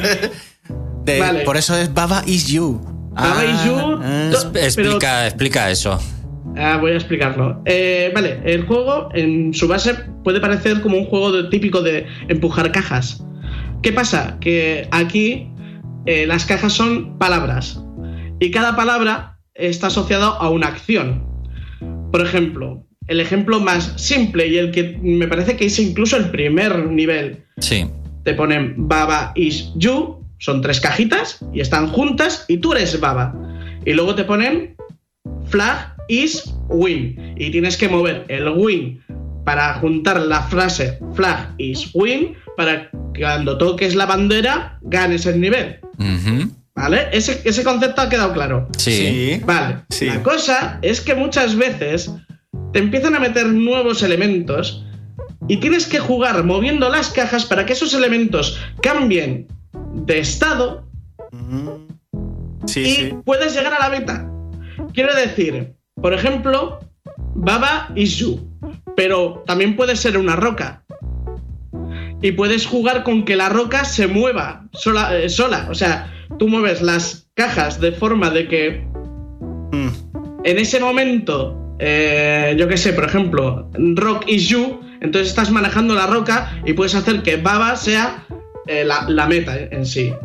S3: De,
S4: vale.
S3: Por eso es Baba Is You.
S4: Baba
S3: ah,
S4: Is You.
S3: Ah,
S4: To-
S1: Explica,
S4: pero,
S1: explica eso.
S4: ah, voy a explicarlo. Eh, vale, el juego en su base puede parecer como un juego de, típico de empujar cajas. ¿Qué pasa? Que aquí eh, las cajas son palabras y cada palabra está asociada a una acción. Por ejemplo, el ejemplo más simple y el que me parece que es incluso el primer nivel.
S1: Sí.
S4: Te ponen Baba is you, son tres cajitas y están juntas y tú eres Baba. Y luego te ponen Flag is win y tienes que mover el win para juntar la frase Flag is win para que cuando toques la bandera ganes el nivel.
S1: Uh-huh.
S4: ¿Vale? Ese, ese concepto ha quedado claro.
S1: Sí.
S3: Sí.
S4: Vale.
S3: Sí.
S4: La cosa es que muchas veces te empiezan a meter nuevos elementos y tienes que jugar moviendo las cajas para que esos elementos cambien de estado
S3: Sí,
S4: y
S3: sí.
S4: puedes llegar a la meta. Quiero decir, por ejemplo, Baba is you, pero también puede ser una roca. Y puedes jugar con que la roca se mueva sola, eh, sola. O sea, tú mueves las cajas de forma de que
S3: Mm.
S4: en ese momento, eh, yo qué sé, por ejemplo, Rock is you, entonces estás manejando la roca y puedes hacer que Baba sea eh, la, la meta en sí.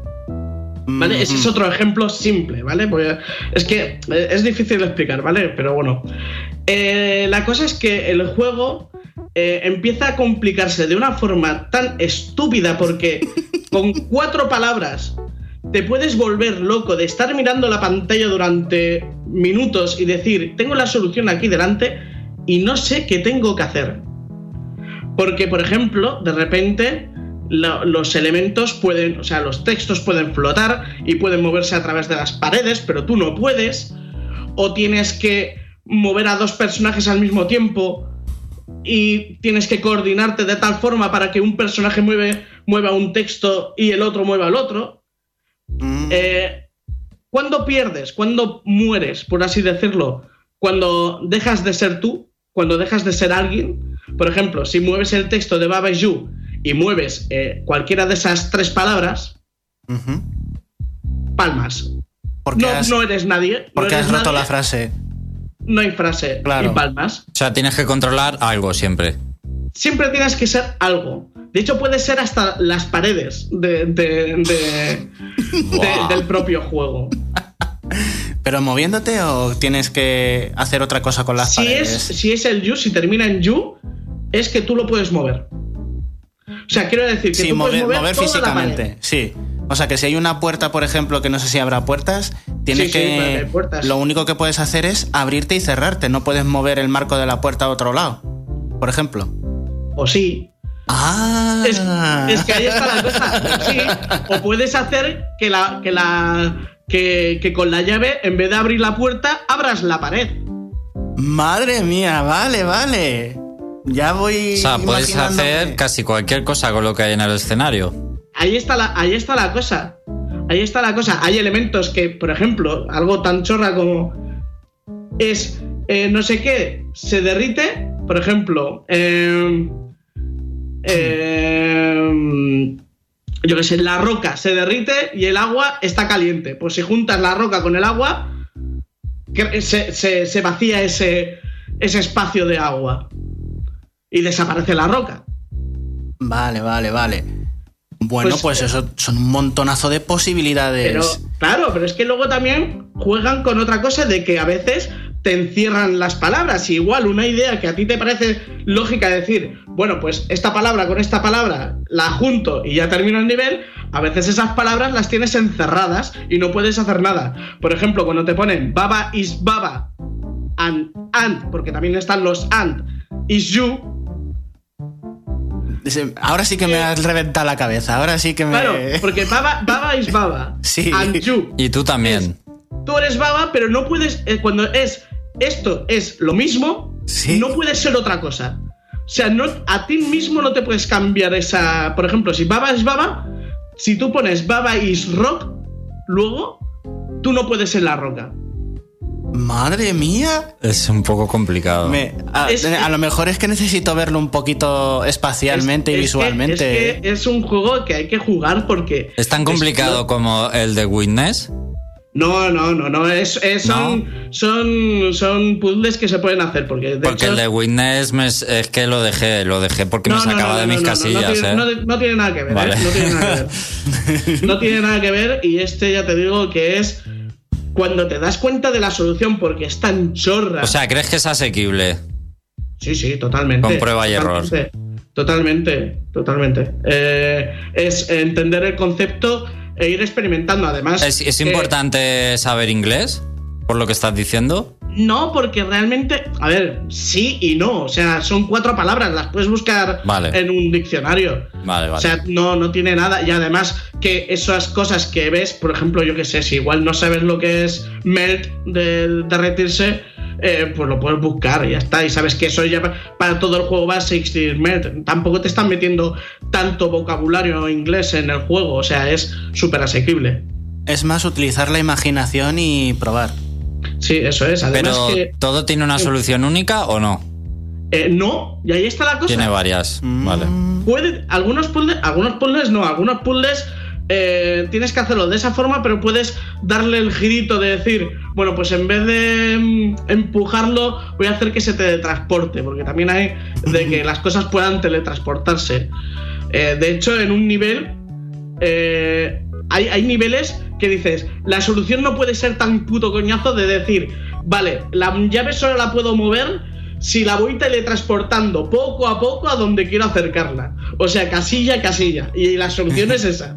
S4: ¿Vale?
S3: Mm-hmm.
S4: Ese es otro ejemplo simple, ¿vale? Pues es que eh, es difícil de explicar, ¿vale? Pero bueno. Eh, la cosa es que el juego eh, empieza a complicarse de una forma tan estúpida porque con cuatro palabras te puedes volver loco de estar mirando la pantalla durante minutos y decir, tengo la solución aquí delante y no sé qué tengo que hacer. Porque, por ejemplo, de repente lo, los elementos pueden, o sea, los textos pueden flotar y pueden moverse a través de las paredes, pero tú no puedes. O tienes que mover a dos personajes al mismo tiempo y tienes que coordinarte de tal forma para que un personaje mueve, mueva un texto y el otro mueva el otro.
S3: Mm.
S4: Eh, ¿Cuándo pierdes? ¿Cuándo mueres, por así decirlo? Cuando dejas de ser tú, cuando dejas de ser alguien. Por ejemplo, si mueves el texto de Baba is you y mueves eh, cualquiera de esas tres palabras,
S3: Uh-huh.
S4: palmas.
S3: Porque
S4: No,
S3: has,
S4: no eres nadie. no
S3: porque
S4: eres
S3: has roto
S4: nadie,
S3: la frase.
S4: No hay frase
S3: Claro.
S4: y palmas.
S1: O sea, tienes que controlar algo siempre.
S4: Siempre tienes que ser algo. De hecho, puede ser hasta las paredes de, de, de,
S1: Wow.
S4: de- del propio juego.
S3: ¿Pero moviéndote o tienes que hacer otra cosa con las
S4: Si es,
S3: paredes?
S4: si es el you, si termina en you, es que tú lo puedes mover. O sea, quiero decir que
S3: Sí,
S4: tú
S3: mover,
S4: puedes mover,
S3: mover
S4: toda la pared.
S3: físicamente, sí. O sea, que si hay una puerta, por ejemplo, que no sé si habrá puertas, tienes
S4: Sí, sí,
S3: que...
S4: vale, hay puertas.
S3: Lo único que puedes hacer es abrirte y cerrarte. No puedes mover el marco de la puerta a otro lado, por ejemplo.
S4: O sí.
S3: Ah.
S4: Es, es que ahí está la cosa. Sí. O puedes hacer que la, que la que, que con la llave, en vez de abrir la puerta, abras la pared.
S3: Madre mía, vale, vale. Ya voy.
S1: O sea, puedes
S3: imaginándome.
S1: hacer casi cualquier cosa con lo que hay en el escenario.
S4: Ahí está la, ahí está la cosa. Ahí está la cosa. Hay elementos que, por ejemplo, algo tan chorra como es eh, no sé qué, se derrite. Por ejemplo, eh, eh, yo qué sé, la roca se derrite y el agua está caliente. Pues si juntas la roca con el agua, que se, se, se vacía ese, ese espacio de agua y desaparece la roca.
S3: Vale, vale, vale. Bueno, pues,
S4: Pues,
S3: eso son un montonazo de posibilidades.
S4: Pero, claro, pero es que luego también juegan con otra cosa de que a veces te encierran las palabras. Y igual una idea que a ti te parece lógica decir, bueno, pues esta palabra con esta palabra la junto y ya termino el nivel, a veces esas palabras las tienes encerradas y no puedes hacer nada. Por ejemplo, cuando te ponen Baba is Baba and and, porque también están los and, is you.
S3: Dice, ahora sí que me has reventado la cabeza. Ahora sí que me.
S4: Claro, porque Baba, Baba is Baba
S3: Sí.
S4: and you.
S1: Y tú también.
S4: Tú eres Baba, pero no puedes. Eh, cuando es esto es lo mismo,
S3: Sí.
S4: no puede ser otra cosa. O sea, no, a ti mismo no te puedes cambiar esa. Por ejemplo, si Baba es Baba, si tú pones Baba is Rock, luego tú no puedes ser la roca.
S3: Madre mía.
S1: Es un poco complicado.
S3: Me- a,
S4: Es-
S3: a lo mejor es que necesito verlo un poquito espacialmente
S4: Es-
S3: y
S4: es que-
S3: visualmente.
S4: es que es un juego que hay que jugar porque.
S1: ¿Es tan complicado como el de Witness?
S4: No, no, no, no. Es, es- son,
S1: ¿No?
S4: son, son puzzles que se pueden hacer. Porque, de
S1: Porque
S4: hecho,
S1: el de Witness me- es que lo dejé, lo dejé porque
S4: no,
S1: me
S4: no,
S1: sacaba
S4: no,
S1: de
S4: no,
S1: mis
S4: no, no,
S1: casillas,
S4: no, tiene,
S1: ¿eh?
S4: no, no tiene nada que ver,
S1: Vale.
S4: ¿eh? No tiene nada que ver. No tiene nada que ver. Y este ya te digo que es cuando te das cuenta de la solución porque es tan chorra.
S1: O sea, ¿crees que es asequible?
S4: Sí, sí, totalmente.
S1: Con prueba y error.
S4: Totalmente, totalmente. totalmente. Eh, es entender el concepto e ir experimentando. Además,
S1: ¿Es, es
S4: que-
S1: importante saber inglés? Por lo que estás diciendo.
S4: No, porque realmente, a ver, sí y no. O sea, son cuatro palabras, las puedes buscar
S1: Vale.
S4: en un diccionario.
S1: Vale, vale.
S4: O sea, no, no tiene nada. Y además, que esas cosas que ves, por ejemplo, yo que sé, si igual no sabes lo que es melt, de derretirse, eh, pues lo puedes buscar y ya está. Y sabes que eso ya pa- para todo el juego va a existir melt. Tampoco te están metiendo tanto vocabulario inglés en el juego. O sea, es súper asequible.
S3: Es más utilizar la imaginación y probar.
S4: Sí, eso es. Además
S1: Pero
S4: que
S1: ¿todo tiene una solución única o no?
S4: eh, no, y ahí está la cosa.
S1: Tiene varias.
S3: Mm.
S1: Vale.
S4: Puede, algunos puzzles, algunos puzzles no, algunos puzzles eh, tienes que hacerlo de esa forma, pero puedes darle el girito de decir, bueno, pues en vez de mm, empujarlo, voy a hacer que se teletransporte, porque también hay de que las cosas puedan teletransportarse. Eh, de hecho, en un nivel eh, hay, hay niveles que dices, la solución no puede ser tan puto coñazo de decir, vale, la llave solo la puedo mover si la voy teletransportando poco a poco a donde quiero acercarla. O sea, casilla a casilla. Y la solución es esa.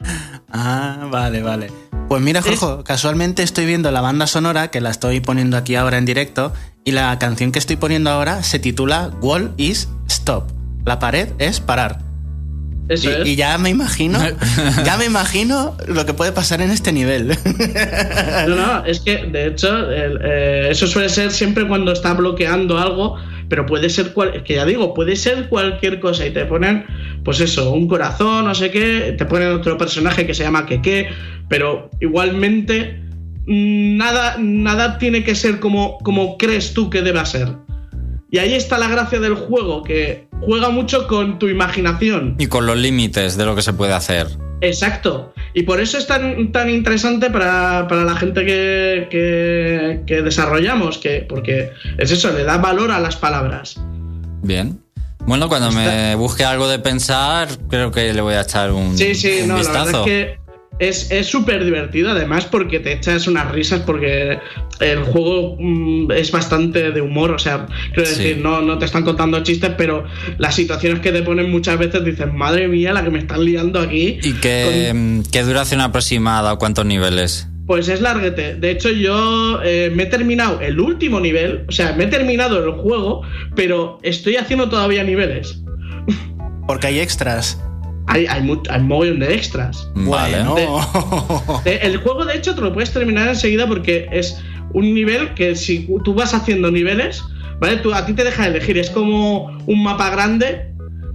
S3: Ah, vale, vale. Pues mira, Jorge, casualmente estoy viendo la banda sonora, que la estoy poniendo aquí ahora en directo, y la canción que estoy poniendo ahora se titula Wall is Stop. La pared es parar.
S4: Eso
S3: Y,
S4: es.
S3: y ya me imagino, ya me imagino lo que puede pasar en este nivel.
S4: No, no, es que de hecho el, eh, eso suele ser siempre cuando está bloqueando algo, pero puede ser cual, es que ya digo, puede ser cualquier cosa y te ponen, pues eso, un corazón, no sé qué, te ponen otro personaje que se llama Keke, pero igualmente mm, nada, nada tiene que ser como, como crees tú que deba ser. Y ahí está la gracia del juego, que juega mucho con tu imaginación.
S1: Y con los límites de lo que se puede hacer.
S4: Exacto. Y por eso es tan, tan interesante para, para la gente que, que, que desarrollamos, que, porque es eso, le da valor a las palabras.
S1: Bien. Bueno, cuando me busque algo de pensar, creo que le voy a echar un,
S4: Sí, sí,
S1: un
S4: no, la
S1: vistazo.
S4: verdad es que es es súper divertido, además, porque te echas unas risas, porque el juego mm, es bastante de humor, o sea, quiero
S1: Sí.
S4: decir, no, no te están contando chistes, pero las situaciones que te ponen muchas veces dices, madre mía, la que me están liando aquí.
S1: ¿Y qué, qué duración aproximada o cuántos niveles?
S4: Pues es larguete. De hecho, yo eh, me he terminado el último nivel. O sea, me he terminado el juego, pero estoy haciendo todavía niveles.
S3: Porque hay extras.
S4: Hay, hay, mu- hay un mogollón de extras.
S1: Vale.
S3: Bueno.
S4: Eh, El juego, de hecho, te lo puedes terminar enseguida porque es un nivel que si tú vas haciendo niveles, ¿vale? Tú, a ti te deja elegir. Es como un mapa grande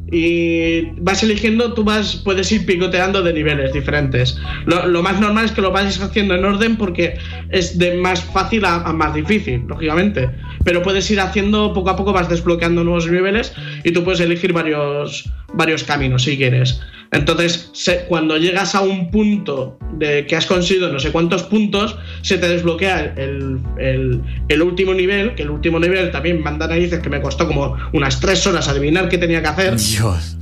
S4: y vas eligiendo, tú vas, puedes ir picoteando de niveles diferentes. Lo, lo más normal es que lo vayas haciendo en orden porque es de más fácil a, a más difícil, lógicamente. Pero puedes ir haciendo, poco a poco vas desbloqueando nuevos niveles y tú puedes elegir varios, varios caminos si quieres. Entonces, se, cuando llegas a un punto de que has conseguido no sé cuántos puntos, se te desbloquea el, el, el último nivel, que el último nivel también manda narices, que me costó como unas tres horas adivinar qué tenía que hacer.
S3: Dios.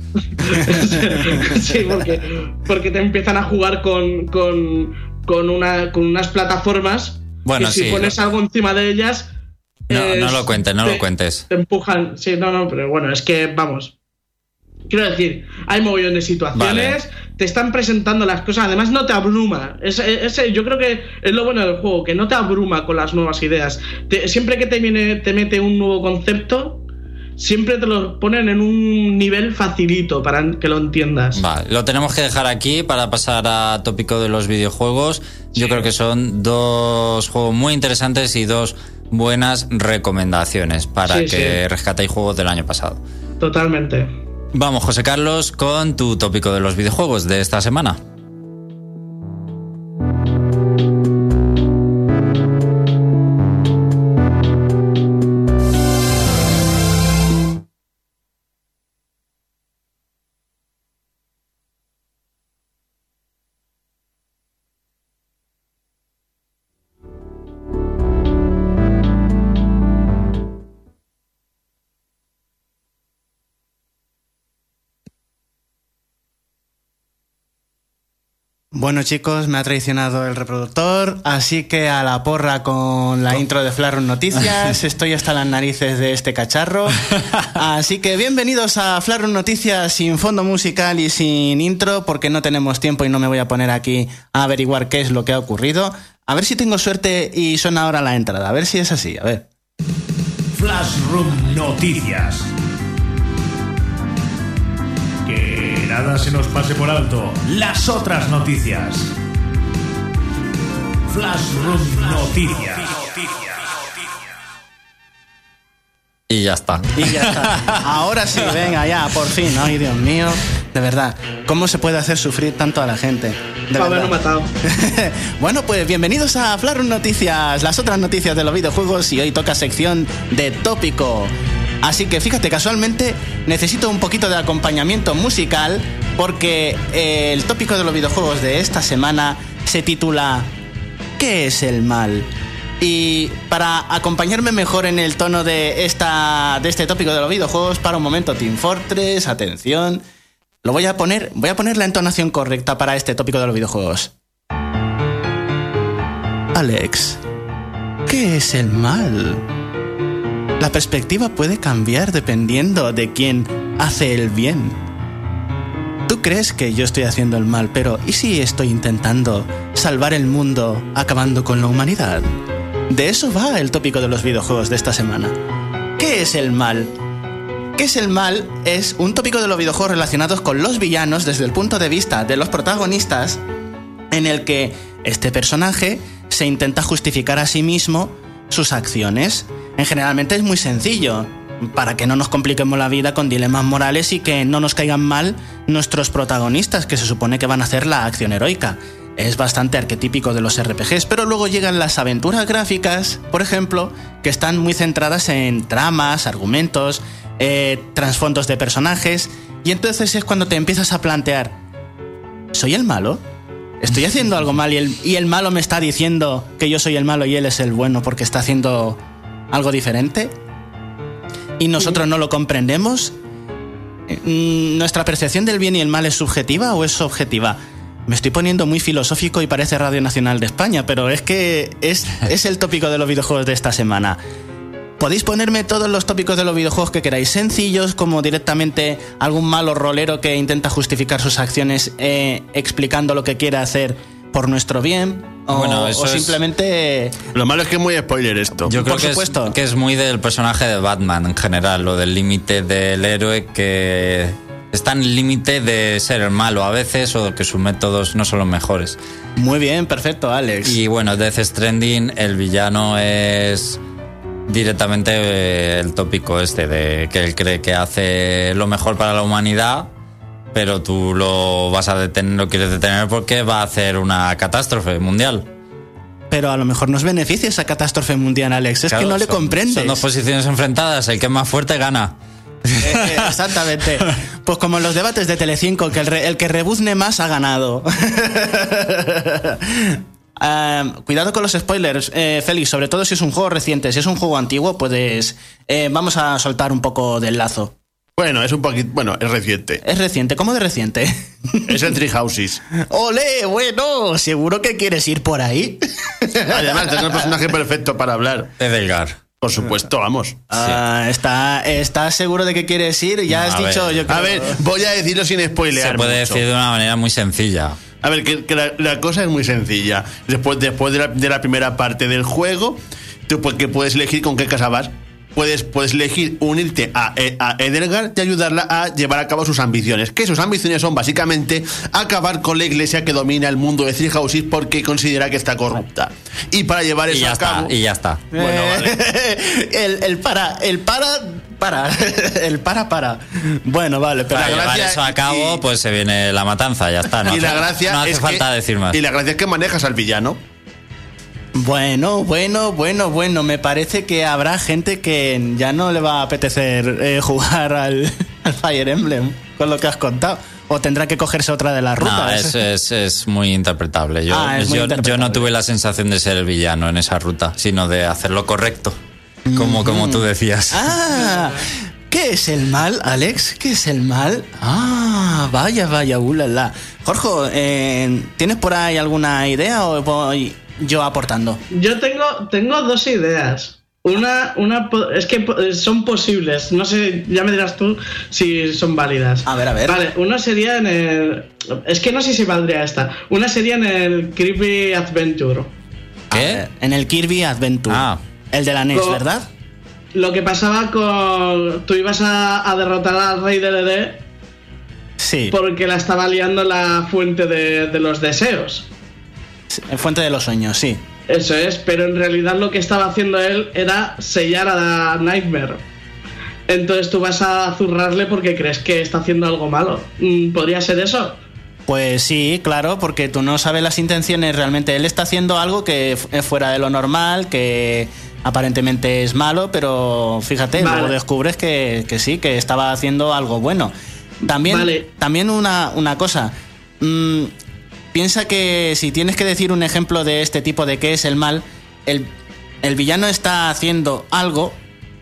S4: Sí, porque, porque te empiezan a jugar con, con, con, una, con unas plataformas
S1: Bueno,
S4: que si
S1: sí.
S4: pones algo encima de ellas...
S1: No,
S4: es-
S1: no lo cuentes, no
S4: te-
S1: lo cuentes.
S4: Te empujan. Sí, no, no, pero bueno, es que vamos. Quiero decir, hay mogollón de situaciones,
S1: Vale.
S4: te están presentando las cosas, además no te abruma. Ese, ese, yo creo que es lo bueno del juego, que no te abruma con las nuevas ideas. Te- siempre que te viene, te mete un nuevo concepto, siempre te lo ponen en un nivel facilito para que lo entiendas.
S1: Vale, lo tenemos que dejar aquí para pasar a tópico de los videojuegos. Yo creo que son dos juegos muy interesantes y dos buenas recomendaciones para
S4: Sí,
S1: que
S4: sí.
S1: rescatéis juegos del año pasado.
S4: Totalmente.
S1: Vamos, José Carlos, con tu tópico de los videojuegos de esta semana.
S3: Bueno, chicos, me ha traicionado el reproductor, así que a la porra con la intro de Flarun Noticias. Estoy hasta las narices de este cacharro. Así que bienvenidos a Flarun Noticias sin fondo musical y sin intro, porque no tenemos tiempo y no me voy a poner aquí a averiguar qué es lo que ha ocurrido. A ver si tengo suerte y suena ahora la entrada, a ver si es así, a ver.
S5: Flashroom Noticias. Que nada se nos pase por alto las otras noticias. Flashroom Noticias.
S1: Y ya está.
S3: Y ya está. Ahora sí, venga ya, por fin. Ay, Dios mío. De verdad, ¿cómo se puede hacer sufrir tanto a la gente? De
S4: haberlo matado.
S3: Bueno, pues bienvenidos a Flashroom Noticias, las otras noticias de los videojuegos, y hoy toca sección de tópico. Así que fíjate, casualmente necesito un poquito de acompañamiento musical porque eh, el tópico de los videojuegos de esta semana se titula ¿qué es el mal? Y para acompañarme mejor en el tono de, esta, de este tópico de los videojuegos, para un momento, Team Fortress, atención, lo voy a poner, voy a poner la entonación correcta para este tópico de los videojuegos. Alex, ¿qué es el mal? La perspectiva puede cambiar dependiendo de quién hace el bien. Tú crees que yo estoy haciendo el mal, pero ¿y si estoy intentando salvar el mundo acabando con la humanidad? De eso va el tópico de los videojuegos de esta semana. ¿Qué es el mal? ¿Qué es el mal? Es un tópico de los videojuegos relacionados con los villanos desde el punto de vista de los protagonistas, en el que este personaje se intenta justificar a sí mismo sus acciones. En generalmente es muy sencillo, para que no nos compliquemos la vida con dilemas morales y que no nos caigan mal nuestros protagonistas, que se supone que van a hacer la acción heroica. Es bastante arquetípico de los R P Gs, pero luego llegan las aventuras gráficas, por ejemplo, que están muy centradas en tramas, argumentos, eh, trasfondos de personajes, y entonces es cuando te empiezas a plantear, ¿soy el malo? ¿Estoy haciendo algo mal y el, y el malo me está diciendo que yo soy el malo y él es el bueno porque está haciendo algo diferente? ¿Y nosotros no lo comprendemos? ¿Nuestra percepción del bien y el mal es subjetiva o es objetiva? Me estoy poniendo muy filosófico y parece Radio Nacional de España, pero es que es, es el tópico de los videojuegos de esta semana. Podéis ponerme todos los tópicos de los videojuegos que queráis, sencillos, como directamente algún malo rolero que intenta justificar sus acciones eh, explicando lo que quiere hacer por nuestro bien, o,
S1: bueno, eso
S3: o simplemente...
S2: Es... Lo malo es que es muy spoiler esto.
S1: Yo creo
S3: por
S1: que
S3: supuesto.
S1: Es, que es muy del personaje de Batman en general, lo del límite del héroe, que está en el límite de ser el malo a veces, o que sus métodos no son los mejores.
S3: Muy bien, perfecto, Alex.
S1: Y bueno, Death Stranding, el villano es directamente eh, el tópico este de que él cree que hace lo mejor para la humanidad, pero tú lo vas a detener, lo quieres detener porque va a hacer una catástrofe mundial.
S3: Pero a lo mejor nos beneficia esa catástrofe mundial, Alex. Es claro, que no le
S1: son,
S3: comprendes.
S1: Son dos posiciones enfrentadas, el que es más fuerte gana.
S3: Eh, exactamente. Pues como en los debates de Telecinco, que el, re, el que rebuzne más ha ganado. Uh, cuidado con los spoilers, eh, Félix, sobre todo si es un juego reciente. Si es un juego antiguo, pues eh, vamos a soltar un poco del lazo.
S2: Bueno, es un poquito... Bueno, es reciente.
S3: Es reciente, ¿cómo de reciente?
S2: Es el Three Houses.
S3: ¡Olé! Bueno, ¿seguro que quieres ir por ahí?
S2: Además, tengo el personaje perfecto para hablar.
S1: Edelgar.
S2: Por supuesto, vamos.
S3: Ah, sí. está, ¿Estás seguro de que quieres ir? Ya no, has dicho...
S1: Ver.
S3: Yo creo...
S2: A ver, voy a decirlo sin spoilear.
S1: Se puede
S2: mucho.
S1: decir de una manera muy sencilla.
S2: A ver, que, que la, la cosa es muy sencilla. Después, después de, la, de la primera parte del juego, tú que puedes elegir con qué casa vas. Puedes, puedes elegir unirte a, a Edelgar y ayudarla a llevar a cabo sus ambiciones. Que sus ambiciones son básicamente acabar con la iglesia que domina el mundo de Three Houses porque considera que está corrupta. Y para llevar eso
S1: y ya
S2: a cabo...
S1: Está, y ya está.
S2: Bueno, vale.
S3: el, el para, el para... Para, el para, para. Bueno, vale, pero
S1: para llevar eso a cabo, y, pues se viene la matanza, ya está. No
S2: y
S1: hace,
S2: la gracia
S1: no hace
S2: es
S1: falta
S2: que,
S1: decir más.
S2: Y la gracia es que manejas al villano.
S3: Bueno, bueno, bueno, bueno. Me parece que habrá gente que ya no le va a apetecer eh, jugar al, al Fire Emblem con lo que has contado. O tendrá que cogerse otra de las rutas.
S1: No, es, es, es muy interpretable. Yo,
S3: ah, es muy
S1: yo,
S3: interpretable.
S1: yo no tuve la sensación de ser el villano en esa ruta, sino de hacer lo correcto, como, mm. como tú decías.
S3: Ah, ¿qué ¿Qué es el mal, Alex? ¿Qué es el mal? Ah, vaya, vaya, ulala. Jorge, eh, ¿tienes por ahí alguna idea o voy yo aportando?
S4: Yo tengo, tengo dos ideas. Una, una es que son posibles. No sé, ya me dirás tú si son válidas.
S3: A ver, a ver.
S4: Vale, una sería en el. Es que no sé si valdría esta. Una sería en el Kirby Adventure.
S1: ¿Qué?
S3: En el Kirby Adventure.
S1: Ah.
S3: El de la N E S,
S4: Con-
S3: ¿verdad?
S4: Lo que pasaba con. Tú ibas a, a derrotar al rey del E D
S3: Sí.
S4: porque la estaba liando la fuente de, de los deseos.
S3: El Fuente de los Sueños, sí.
S4: Eso es, pero en realidad lo que estaba haciendo él era sellar a Nightmare. Entonces tú vas a zurrarle porque crees que está haciendo algo malo. Mm, ¿Podría ser eso?
S3: Pues sí, claro, porque tú no sabes las intenciones realmente. Él está haciendo algo que es fuera de lo normal, que aparentemente es malo, pero fíjate,
S4: Vale.
S3: luego descubres que, que sí, que estaba haciendo algo bueno. También,
S4: Vale.
S3: también una, una cosa. Mm, piensa que si tienes que decir un ejemplo de este tipo de qué es el mal, el, el villano está haciendo algo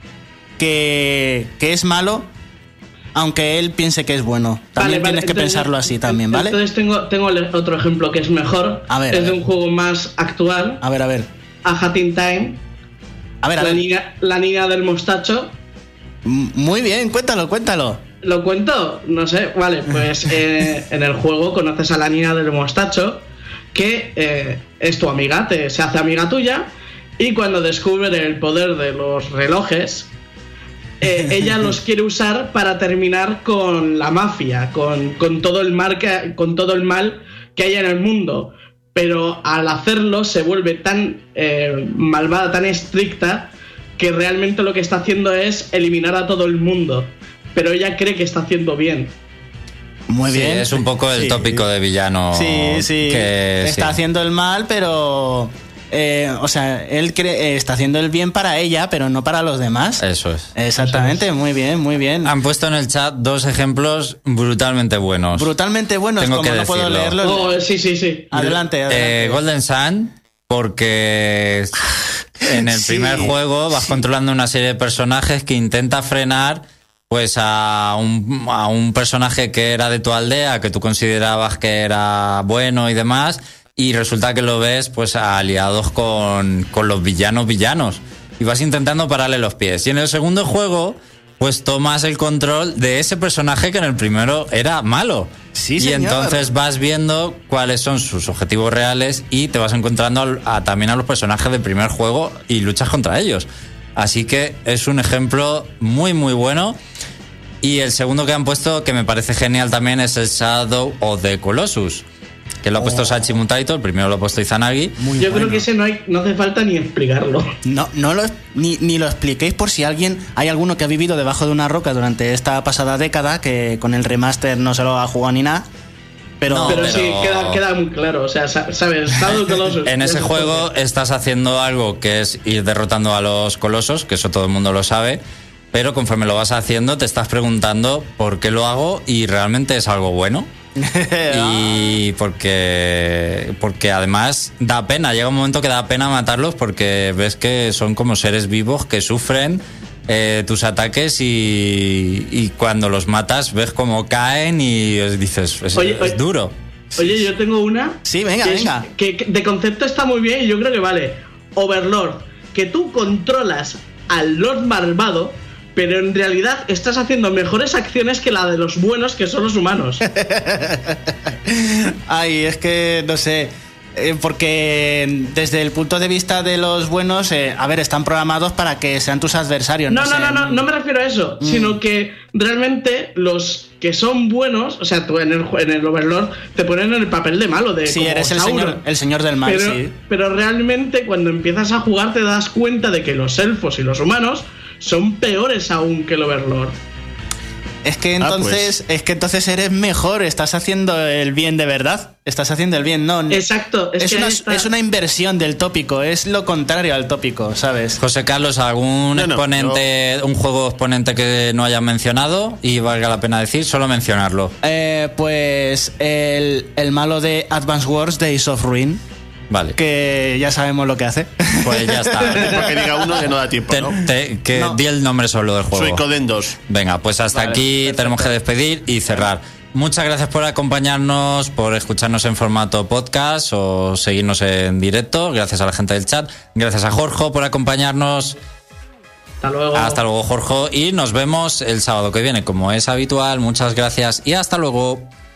S3: que, que es malo, aunque él piense que es bueno. También
S4: Vale, vale,
S3: tienes que
S4: entonces-
S3: pensarlo así también, ¿vale?
S4: Entonces tengo, tengo el- otro ejemplo que es mejor.
S3: A ver,
S4: es
S3: a
S4: de
S3: ver.
S4: un juego más actual.
S3: A ver, a ver.
S4: A Hat in Time.
S3: A ver, a
S4: La
S3: ver.
S4: niña, la niña del mostacho.
S3: M- Muy bien, cuéntalo, cuéntalo.
S4: ¿Lo cuento? No sé. Vale, pues eh, en el juego conoces a la niña del mostacho, que eh, es tu amiga, te, se hace amiga tuya, y cuando descubre el poder de los relojes, eh, ella los quiere usar para terminar con la mafia, con, con, todo el mal que, con todo el mal que hay en el mundo. Pero al hacerlo se vuelve tan eh, malvada, tan estricta, que realmente lo que está haciendo es eliminar a todo el mundo. Pero ella cree que está haciendo bien.
S3: Muy
S1: Sí,
S3: bien.
S1: es un poco el
S3: Sí.
S1: tópico de villano.
S3: Sí, sí.
S1: Que,
S3: está
S1: sí.
S3: haciendo el mal, pero. eh, o sea, él cree, eh, está haciendo el bien para ella, pero no para los demás.
S1: Eso es.
S3: Exactamente, muy bien, muy bien.
S1: Han puesto en el chat dos ejemplos brutalmente buenos.
S3: Brutalmente buenos,
S1: Tengo
S3: como
S1: que
S3: no puedo
S1: decirlo.
S3: leerlos.
S4: Oh, sí, sí, sí.
S3: Adelante, adelante.
S1: Eh, Golden Sun, porque en el
S3: Sí.
S1: primer juego vas controlando una serie de personajes que intenta frenar pues a un, a un personaje que era de tu aldea, que tú considerabas que era bueno y demás, y resulta que lo ves pues aliados con, con los villanos villanos. Y vas intentando pararle los pies. Y en el segundo juego pues tomas el control de ese personaje que en el primero era malo.
S3: Sí,
S1: y
S3: señor.
S1: entonces vas viendo cuáles son sus objetivos reales y te vas encontrando al- a, también a los personajes del primer juego y luchas contra ellos. Así que es un ejemplo muy muy bueno. Y el segundo que han puesto, que me parece genial también, es el Shadow of the Colossus, que lo ha puesto Sachi Mutaito, el primero lo ha puesto Izanagi.
S3: Muy
S4: Yo
S3: bueno.
S4: creo que ese no, hay, no hace falta ni explicarlo.
S3: No, no lo, ni, ni lo expliquéis por si alguien, hay alguno que ha vivido debajo de una roca durante esta pasada década, que con el remaster no se lo ha jugado ni nada. Pero,
S1: No,
S4: Pero,
S1: pero-
S4: sí, queda, queda muy claro. O sea, sa- ¿sabes? Shadow of the Colossus.
S1: En ese
S4: Ya
S1: juego
S4: sé.
S1: estás haciendo algo que es ir derrotando a los colosos, que eso todo el mundo lo sabe, pero conforme lo vas haciendo te estás preguntando por qué lo hago y realmente es algo bueno. Y porque porque además da pena, llega un momento que da pena matarlos porque ves que son como seres vivos que sufren eh, tus ataques y, y cuando los matas ves cómo caen y dices, es,
S4: Oye,
S1: es
S4: oye.
S1: duro.
S4: Oye, yo tengo una.
S3: Sí, venga,
S4: que es-
S3: venga.
S4: que, que de concepto está muy bien y yo creo que vale. Overlord, que tú controlas al Lord malvado, pero en realidad estás haciendo mejores acciones que la de los buenos, que son los humanos.
S3: Ay, es que no sé. eh, Porque desde el punto de vista de los buenos, eh, a ver, están programados para que sean tus adversarios.
S4: No, no,
S3: sé.
S4: no, no, no me refiero a eso,
S3: Mm.
S4: sino que realmente los que son buenos, o sea, tú en el, jue- en el Overlord te ponen en el papel de malo, de
S3: Sí,
S4: como
S3: eres el
S4: Sauron.
S3: señor, el señor del mal,
S4: pero,
S3: sí.
S4: pero realmente cuando empiezas a jugar te das cuenta de que los elfos y los humanos son peores aún que el Overlord.
S3: Es que
S2: Ah,
S3: entonces, es que entonces eres mejor, estás haciendo el bien de verdad. Estás haciendo el bien, no.
S4: Exacto, es,
S3: Es,
S4: que
S3: una,
S4: ahí está.
S3: es una inversión del tópico, es lo contrario al tópico, ¿sabes?
S1: José Carlos, ¿algún
S2: No, no,
S1: exponente, un juego exponente que no hayan mencionado y valga la pena decir, solo mencionarlo?
S3: Eh, pues el, el malo de Advance Wars, Days of Ruin.
S1: Vale.
S3: Que ya sabemos lo que hace.
S1: Pues ya está.
S2: Porque diga uno que no da tiempo,
S1: Te-
S2: ¿no?
S1: te- que
S3: No.
S1: di el nombre solo del juego.
S2: Suicoden dos.
S1: Venga, pues hasta
S4: Vale,
S1: aquí
S4: perfecto.
S1: tenemos que despedir y cerrar. Muchas gracias por acompañarnos, por escucharnos en formato podcast o seguirnos en directo. Gracias a la gente del chat. Gracias a Jorge por acompañarnos.
S4: Hasta luego.
S1: Hasta luego, Jorge. Y nos vemos el sábado que viene, como es habitual. Muchas gracias y hasta luego.